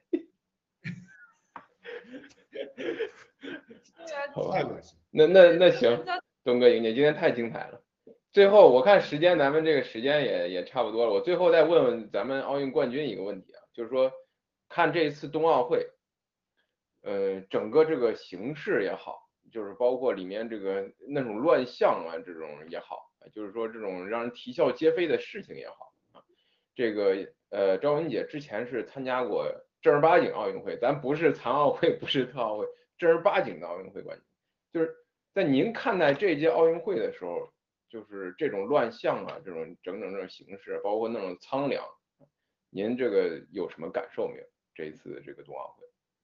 好吧，那那那行，东哥、莹姐今天太精彩了。最后我看时间，咱们这个时间也也差不多了。我最后再问问咱们奥运冠军一个问题啊，就是说，看这一次冬奥会，呃，整个这个形势也好，就是包括里面这个那种乱象啊，这种也好，就是说这种让人啼笑皆非的事情也好啊，这个呃，赵文姐之前是参加过正儿八经奥运会，咱不是残奥会，不是特奥会，正儿八经的奥运会冠军。就是在您看待这届奥运会的时候，就是这种乱象啊，这种整整这种形式，包括那种苍凉，您这个有什么感受没有？这一次这个冬奥会，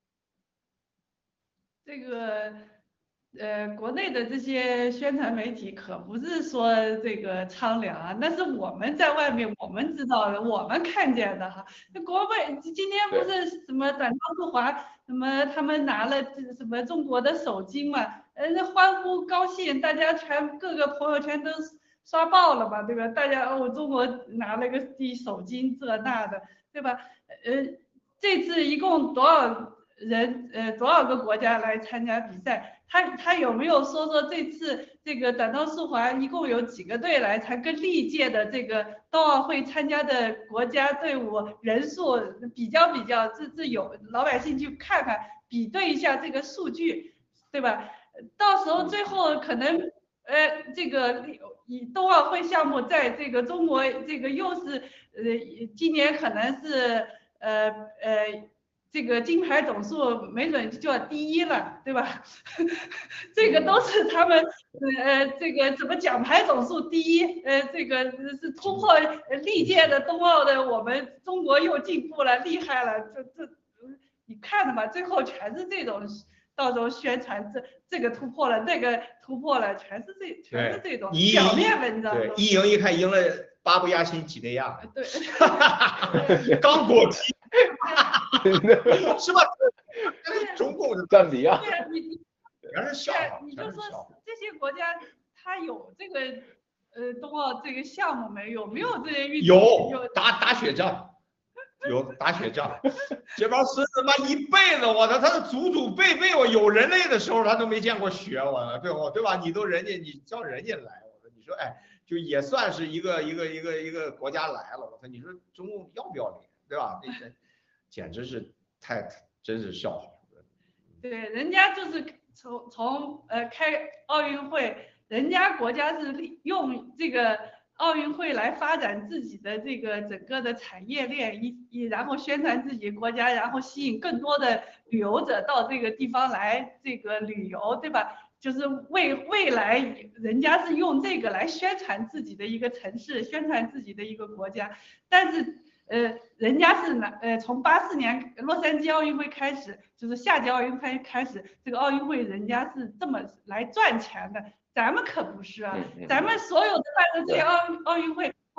这个呃，国内的这些宣传媒体可不是说这个苍凉啊，那是我们在外面我们知道的，我们看见的哈。那国外今天不是什么短道速滑，什么他们拿了什么中国的首金嘛，呃，那欢呼高兴，大家全各个朋友圈都刷爆了嘛，对吧？大家哦，中国拿了个第首金这那的，对吧？呃，这次一共多少人呃多少个国家来参加比赛？他他有没有说说这次这个短道速滑一共有几个队来参？跟历届的这个冬奥会参加的国家队伍人数比较比较，这这有老百姓去看看，比对一下这个数据，对吧？到时候最后可能呃这个以冬奥会项目在这个中国这个又是呃今年可能是呃呃。这个金牌总数没准就要第一了，对吧？这个都是他们呃这个怎么奖牌总数第一，呃这个是突破历届的冬奥的，我们中国又进步了，厉害了，这这你看了吧？最后全是这种，到时候宣传这这个突破了，那个突破了，全是这全是这种表面文章。 对，一赢一看赢了巴布亚新几内亚， 对， 刚果踢。是吧？中共的赞比亚， 对啊，你全是笑话。 你就说这些国家，它有这个呃冬奥这个项目没有？没有这些运动？ 有有打打雪仗，有打雪仗。这帮孙子妈一辈子，我操，他的祖祖辈辈，我有人类的时候他都没见过雪，我对不对吧？你都人家你叫人家来，我说你说哎，就也算是一个一个一个一个国家来了，我操，你说中共要不要脸，对吧？那个。简直是太真是笑话。 对，人家就是从从呃开奥运会，人家国家是用这个奥运会来发展自己的这个整个的产业链，一一然后宣传自己国家，然后吸引更多的旅游者到这个地方来这个旅游，对吧？就是未未来人家是用这个来宣传自己的一个城市，宣传自己的一个国家，但是。呃，人家是拿呃从八四年洛杉矶奥运会开始，就是夏季奥运会开始，这个奥运会人家是这么来赚钱的，咱们可不是啊，咱们所有的办的这些奥奥运会，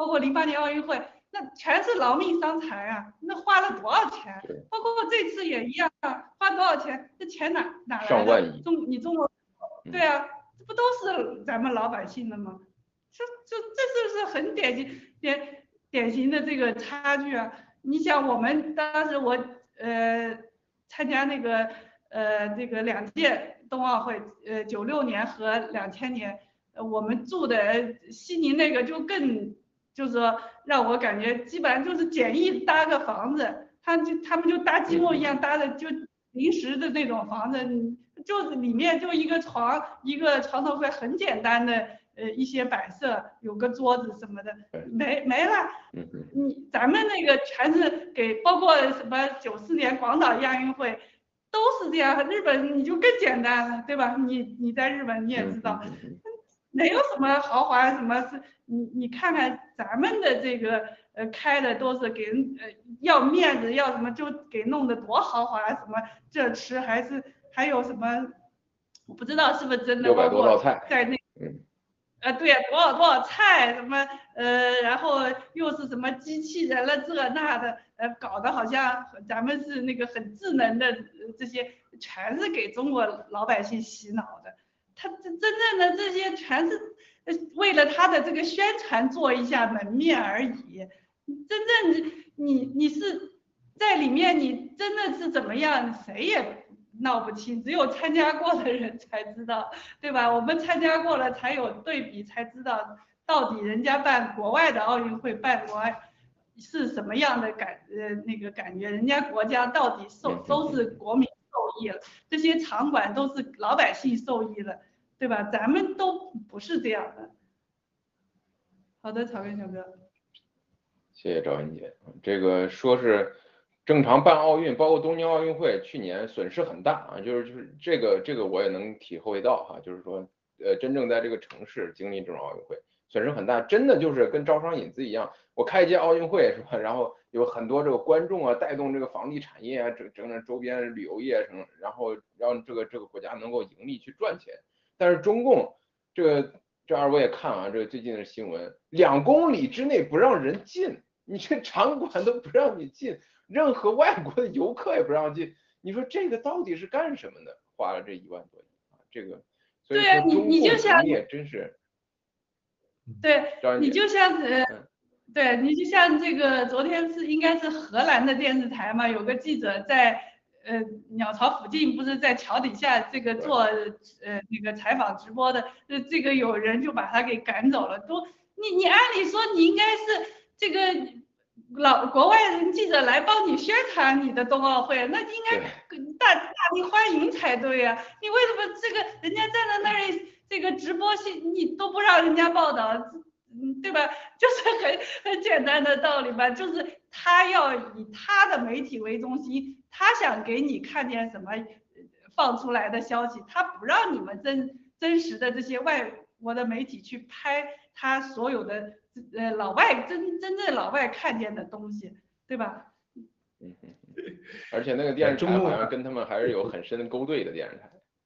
包括零八年奥运会，那全是劳命伤财啊，那花了多少钱？包括这次也一样，花多少钱？这钱哪哪来的？ 上万亿。 中你中国，对啊，这不都是咱们老百姓的吗？这这这是不是很典型典典型的这个差距啊？你想我们当时我呃参加那个呃这个两届冬奥会，呃九六年和两千年，呃我们住的悉尼那个就更就是说让我感觉基本上就是简易搭个房子，他就他们就搭积木一样搭的，就临时的那种房子，就里面就一个床一个床头柜，很简单的。呃，一些摆设，有个桌子什么的，没没了。你咱们那个全是给，包括什么九四年广岛亚运会，都是这样。日本你就更简单了，对吧？你你在日本你也知道，没有什么豪华，什么是你你看看咱们的这个呃开的都是给人呃要面子要什么就给弄得多豪华，什么这吃还是还有什么，我不知道是不是真的， 六百多道菜在那。呃，对呀、啊，多少多少菜什么，呃，然后又是什么机器人了这那的，呃，搞得好像咱们是那个很智能的，这些全是给中国老百姓洗脑的。他真真正的这些全是为了他的这个宣传做一下门面而已。真正你你是在里面，你真的是怎么样，谁也闹不清，只有参加过的人才知道，对吧？我们参加过了才有对比，才知道到底人家办国外的奥运会办国外是什么样的感呃那个感觉，人家国家到底受都是国民受益了，这些场馆都是老百姓受益了，对吧？咱们都不是这样的。好的，草根小哥。 谢谢赵文杰。这个说是。正常办奥运，包括东京奥运会，去年损失很大啊，就是就是这个这个我也能体会到哈，就是说，呃，真正在这个城市经历这种奥运会，损失很大，真的就是跟招商引资一样，我开一届奥运会是吧？然后有很多这个观众啊，带动这个房地产业啊，整整整周边旅游业什么，然后让这个这个国家能够盈利去赚钱。但是中共这个这二位也看啊，这个最近的新闻，两公里之内不让人进，你这场馆都不让你进。任何外国的游客也不让进，你说这个到底是干什么的？花了这一万多亿啊，这个，所以说中共你也真是， 对，你就像呃，对你就像这个昨天是应该是荷兰的电视台嘛，有个记者在呃鸟巢附近，不是在桥底下这个做呃那个采访直播的，呃这个有人就把他给赶走了，都你你按理说你应该是这个。老国外人记者来帮你宣传你的冬奥会，那应该大大力欢迎才对呀、啊。你为什么这个人家站在那里这个直播信你都不让人家报道，嗯，对吧？就是很很简单的道理吧，就是他要以他的媒体为中心，他想给你看见什么放出来的消息，他不让你们真真实的这些外国的媒体去拍他所有的。呃，老外真真正老外看见的东西，对吧？ 嗯嗯，而且那个电视台好像跟他们还是有很深的勾兑的电视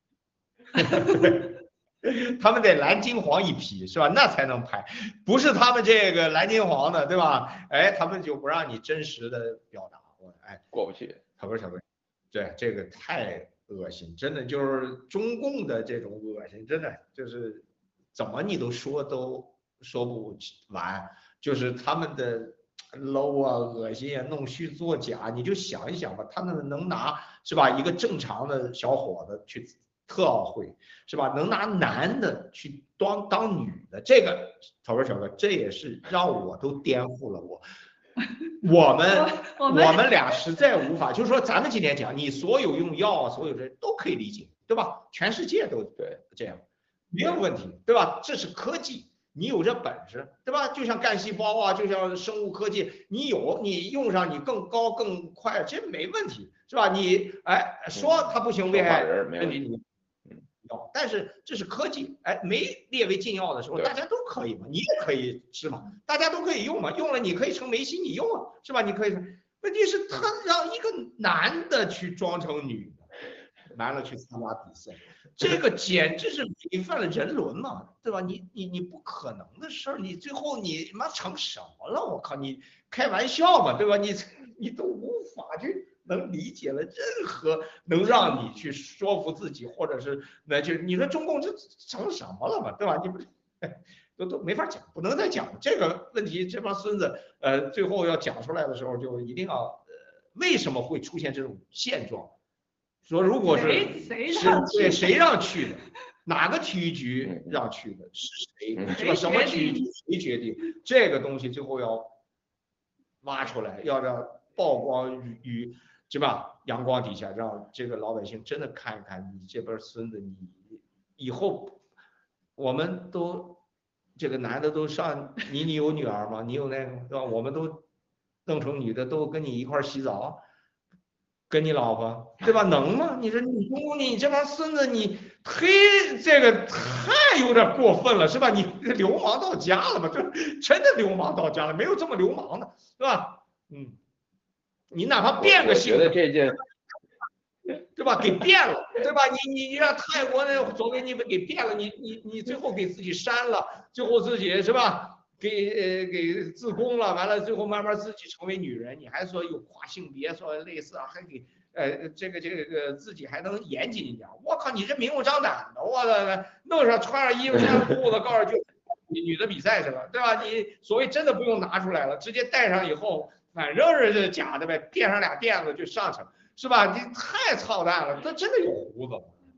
台，他们得蓝金黄一批是吧？那才能拍，不是他们这个蓝金黄的，对吧？哎，他们就不让你真实的表达，我哎过不去。 小哥小哥，对这个太恶心，真的就是中共的这种恶心，真的就是怎么你都说都。说不完，就是他们的 low 啊、恶心啊、弄虚作假，你就想一想吧，他们能拿是吧？一个正常的小伙子去特奥会是吧？能拿男的去当当女的，这个小哥小哥，这也是让我都颠覆了我。我们我们俩实在无法，就是说咱们今天讲，你所有用药啊，所有这都可以理解，对吧？全世界都对这样，没有问题，对吧？这是科技。你有这本事，对吧？就像干细胞啊，就像生物科技，你有你用上，你更高更快，这没问题，是吧？你哎说它不行危害人体，你药，但是这是科技，哎，没列为禁药的时候，大家都可以嘛，你也可以吃嘛，大家都可以用嘛，用了你可以成梅西，你用啊，是吧？你可以，问题是他让一个男的去装成女的。 完了去参加比赛，这个简直是违反了人伦嘛，对吧？你你你不可能的事儿，你最后你妈成什么了？我靠，你开玩笑嘛，对吧？你你都无法去能理解了任何能让你去说服自己，或者是那就你说中共这成什么了嘛，对吧？你不都都没法讲，不能再讲这个问题。这帮孙子，呃，最后要讲出来的时候，就一定要，呃，为什么会出现这种现状？说如果是谁是对谁让去的，哪个体育局让去的，是谁是吧？什么体育局谁决定？这个东西最后要挖出来，要让曝光于于是吧？阳光底下，让这个老百姓真的看一看你这边孙子，你以后我们都。这个男的都上你，你有女儿吗？你有那个对吧？我们都弄成女的都跟你一块洗澡，跟你老婆对吧？能吗？你说你中共你这帮孙子，你嘿这个太有点过分了是吧？你流氓到家了吧？这真的流氓到家了，没有这么流氓的，对吧？嗯，你哪怕变个性， 我觉得这件。 对吧？给变了，对吧？你你你让泰国那所谓你们给变了，你你你最后给自己删了，最后自己是吧？给呃给自宫了，完了最后慢慢自己成为女人，你还说有跨性别，说类似啊，还给呃这个这个自己还能严谨一点。我靠，你这明目张胆的，我的弄上穿上衣服穿上裤子，告诉就你女的比赛去了，对吧？你所谓真的不用拿出来了，直接戴上以后，反正是假的呗，垫上俩垫子就上去了。是吧？你太操蛋了，他真的有胡子，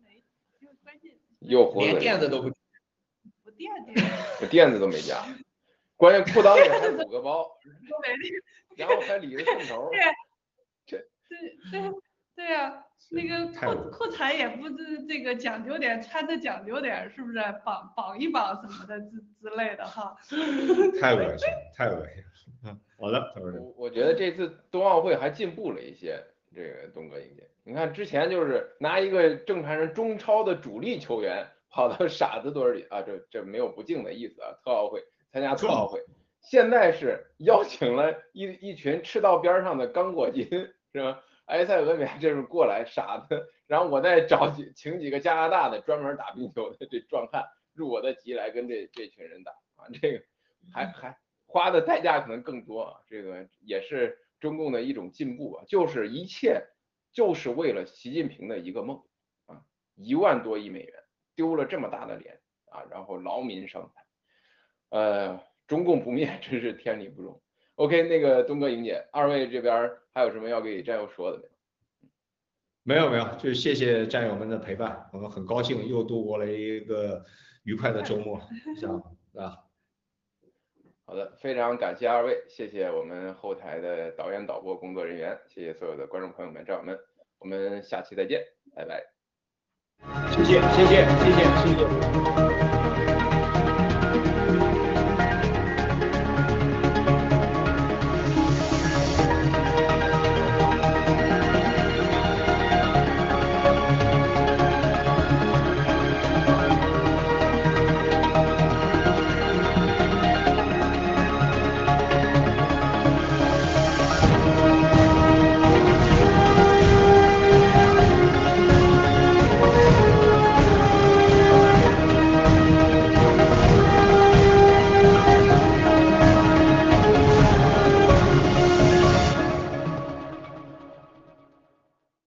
有胡子， 连垫子都不， 不垫垫， 我垫子都没加，关键裤裆里还鼓个包，然后还理个顺头。 对对对对呀，那个裤裤衩也不是这个讲究点，穿的讲究点，是不是？绑绑一绑什么的之之类的哈。 太恶心，太恶心。嗯，好的， 我我觉得这次冬奥会还进步了一些。这个东哥英姐，你看之前就是拿一个正常人中超的主力球员跑到傻子堆里啊，这这没有不敬的意思啊，特奥会参加特奥会，现在是邀请了一一群赤道边上的刚果金是吧？埃塞俄比亚这是过来傻子，然后我再找几请几个加拿大的专门打冰球的这壮汉入我的籍来跟这这群人打啊，这个还还花的代价可能更多啊，这个也是。中共的一种进步啊，就是一切就是为了习近平的一个梦啊，一万多亿美元丢了这么大的脸啊，然后劳民伤财，呃，中共不灭真是天理不容。OK， 那个东哥、莹姐，二位这边还有什么要给战友说的没有？没有没有，就是谢谢战友们的陪伴，我们很高兴又度过了一个愉快的周末，这样啊。 好的，非常感谢二位，谢谢我们后台的导演、导播、工作人员，谢谢所有的观众朋友们、战友们，我们下期再见，拜拜。 谢谢，谢谢，谢谢，谢谢。